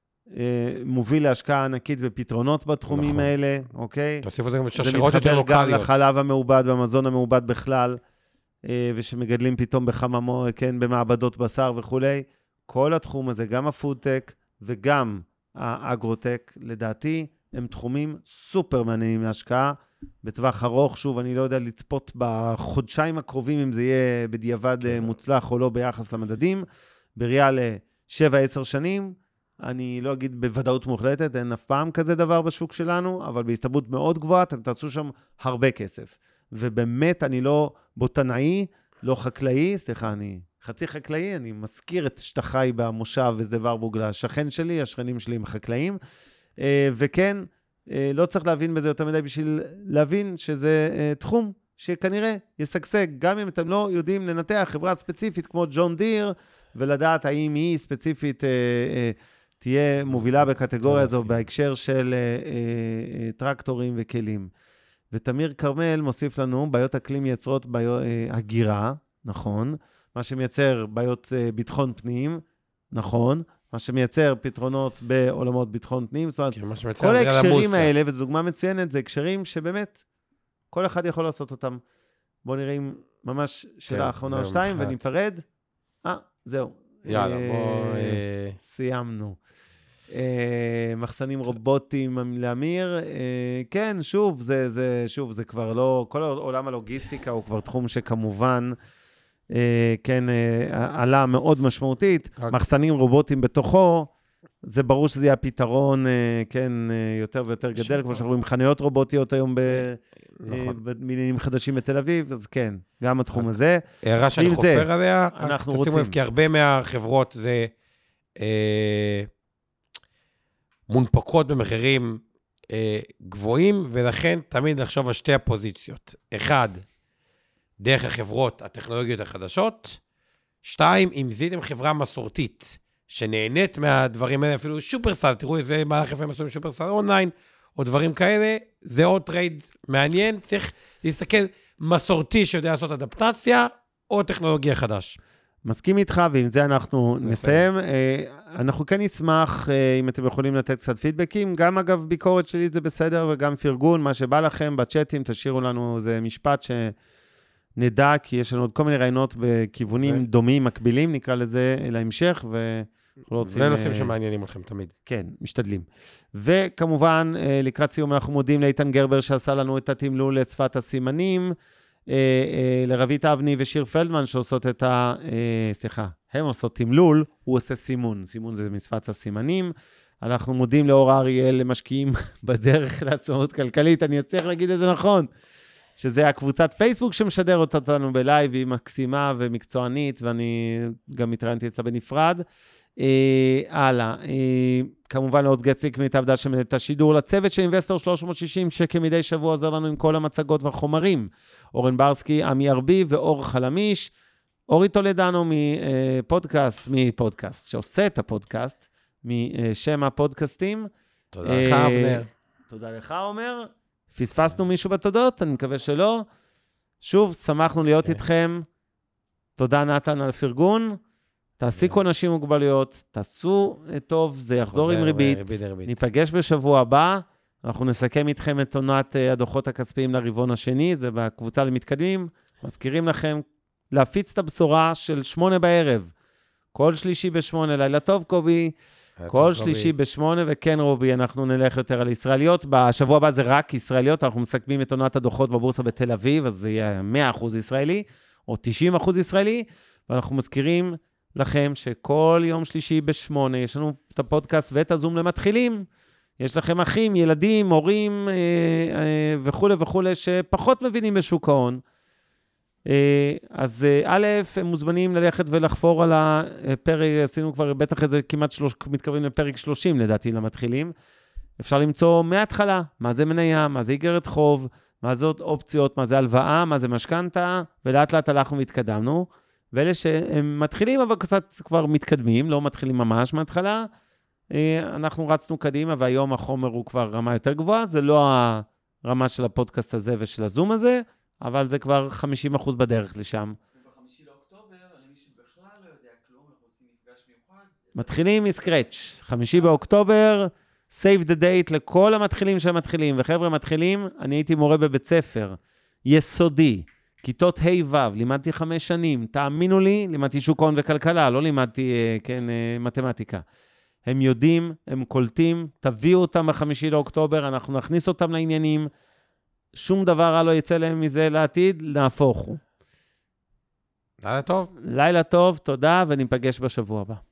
מוביל להשקעה ענקית בפתרונות בתחומים נכון. האלה, אוקיי? תוסיפו זה גם שרשרות יותר זה מתחבר גם לוקליות. לחלב המעובד והמזון המעובד בכלל, ושמגדלים פתאום בחממו, כן, במעבדות בשר וכולי. כל התחום הזה, גם הפודטק וגם האגרוטק, לדעתי, הם תחומים סופר מעניינים להשקעה. בטווח ארוך, שוב, אני לא יודע לצפות בחודשיים הקרובים, אם זה יהיה בדיעבד מוצלח או לא ביחס למדדים. בריאה ל7-10 שנים, אני לא אגיד בוודאות מוחלטת, אין אף פעם כזה דבר בשוק שלנו, אבל בהסתברות מאוד גבוהה, אתם תעשו שם הרבה כסף. ובאמת, אני לא בוטנאי, לא חקלאי, סליחה, אני חצי חקלאי, אני מזכיר את שטחי במושב ושדה ורבורג לשכן שלי, השכנים שלי הם חקלאים, וכן, לא צריך להבין בזה יותר מדי בשביל להבין שזה תחום שכנראה יסגסג, גם אם אתם לא יודעים לנתח חברה ספציפית כמו ג'ון דיר, ולדעת האם היא ספציפית תהיה מובילה בקטגוריה הזו בהקשר של טרקטורים וכלים. ותמיר קרמל מוסיף לנו, בעיות אקלים מייצרות הגירה, נכון, מה שמייצר בעיות ביטחון פנים, נכון, מה שמייצר פתרונות בעולמות ביטחון פנים, זאת אומרת, כל ההקשרים האלה, וזו דוגמה מצוינת, זה הקשרים שבאמת כל אחד יכול לעשות אותם. בואו נראה אם ממש שאלה האחרונה או שתיים, וניפרד. זהו. יאללה, בואו... סיימנו. מחסנים רובוטיים לאמיר, כן, שוב, זה כבר לא, כל עולם הלוגיסטיקה הוא כבר תחום שכמובן, כן, עלה מאוד משמעותית, מחסנים רובוטיים בתוכו, זה ברור שזה יהיה הפתרון, כן, יותר ויותר גדל, כמו שאנחנו רואים חנויות רובוטיות היום במינים חדשים בתל אביב, אז כן, גם התחום הזה. הערה שאני חופר עליה, אנחנו רוצים. כי הרבה מהחברות זה מונפקות במחירים גבוהים, ולכן תמיד נחשוב על שתי הפוזיציות. אחד, דרך החברות הטכנולוגיות החדשות. שתיים, אם זיתם חברה מסורתית, שנהנית מהדברים האלה, אפילו שופרסל, תראו איזה מהלך יפה מסוים שופרסל אונליין, או דברים כאלה, זה עוד טרייד מעניין, צריך להסתכל מסורתי שיודע לעשות אדפטציה, או טכנולוגיה חדש. מסכים איתך, ועם זה אנחנו נסיים. אנחנו כן נשמח, אם אתם יכולים לתת קצת פידבקים, גם אגב ביקורת שלי זה בסדר, וגם פרגון, מה שבא לכם בצ'אטים, תשאירו לנו איזה משפט שנדע, כי יש לנו עוד כל מיני רעיונות בכיוונים דומים, מקבילים, נקרא לזה להמשך, ונושאים שמעניינים אתכם תמיד. כן, משתדלים. וכמובן, לקראת סיום אנחנו מודים לאיתן גרבר שעשה לנו את התמלול לשפת הסימנים, לרבית אבני ושיר פלדמן שעושות את הם עושות תמלול, הוא עושה סימון. סימון זה משפת הסימנים. אנחנו מודים לאור אריאל למשקיעים בדרך לעצמאות כלכלית. אני צריך להגיד את זה נכון. שזה הקבוצת פייסבוק שמשדר אותנו בלייב, היא מקסימה ומקצוענית, ואני גם מתראיינתי אצלה בנפרד. הלאה. כמובן לעוד גציק מתעבדה שמנהל את השידור לצוות של אינבסטור 360, שכמדי שבוע עוזר לנו עם כל המצגות והחומרים. אורן ברסקי, עמי ארבי ואור חלמיש. אורי טולדנו מפודקאסט, שעושה את הפודקאסט, משם הפודקאסטים. תודה לך, אבנר. תודה לך, עומר. פספסנו מישהו בתודות? אני מקווה שלא. שוב, שמחנו להיות איתכם. תודה נתן על הפרגון. תעסיקו אנשים עם מוגבלויות, תעשו טוב, זה יחזור עם ריבית. ניפגש בשבוע הבא. אנחנו נסכם איתכם את עונת הדוחות הכספיים לרבעון השני, זה בקבוצה למתקדמים. מזכירים לכם להפיץ את הבשורה של 8 בערב. כל שלישי ב8, לילה טוב קובי. כל שלישי ב8, וכן רובי, אנחנו נלך יותר על ישראליות. בשבוע הבא זה רק ישראליות, אנחנו מסכמים את עונת הדוחות בבורסה בתל אביב, אז זה יהיה 100% ישראלי, או 90% ישראלי, ואנחנו מזכירים לכם שכל יום שלישי ב8, יש לנו את הפודקאסט ואת הזום למתחילים, יש לכם אחים, ילדים, הורים וכו' וכו', שפחות מבינים בשוק ההון. אז א', הם מוזמנים ללכת ולחפור על הפרק, עשינו כבר בטח איזה כמעט מתקרבים לפרק 30 לדעתי למתחילים. אפשר למצוא מההתחלה, מה זה מניה, מה זה איגרת חוב, מה זה אופציות, מה זה הלוואה, מה זה משכנתה, ולאט לאט הלכנו והתקדמנו. ואלה שהם מתחילים, אבל קצת כבר מתקדמים, לא מתחילים ממש מההתחלה. אנחנו רצנו קדימה, והיום החומר הוא כבר רמה יותר גבוהה, זה לא הרמה של הפודקאסט הזה ושל הזום הזה, אבל זה כבר 50% בדרך לשם. וב-5 לאוקטובר, למי שבכלל לא יודע כלום, אנחנו עושים מפגש מיוחד. מתחילים מסקרץ', 5 באוקטובר, save the date לכל המתחילים שמתחילים, וחבר'ה מתחילים, אני הייתי מורה בבית ספר, יסודי, כיתות ה' ו', לימדתי 5 שנים, תאמינו לי, לימדתי שוק הון וכלכלה, לא לימדתי, מתמטיקה. הם יודעים, הם קולטים, תביאו אותם ב5 לאוקטובר, אנחנו נכניס אותם לעניינים, שום דבר רע לא יצא להם מזה לעתיד, נהפוך הוא. לילה טוב. לילה טוב, תודה, וניפגש בשבוע הבא.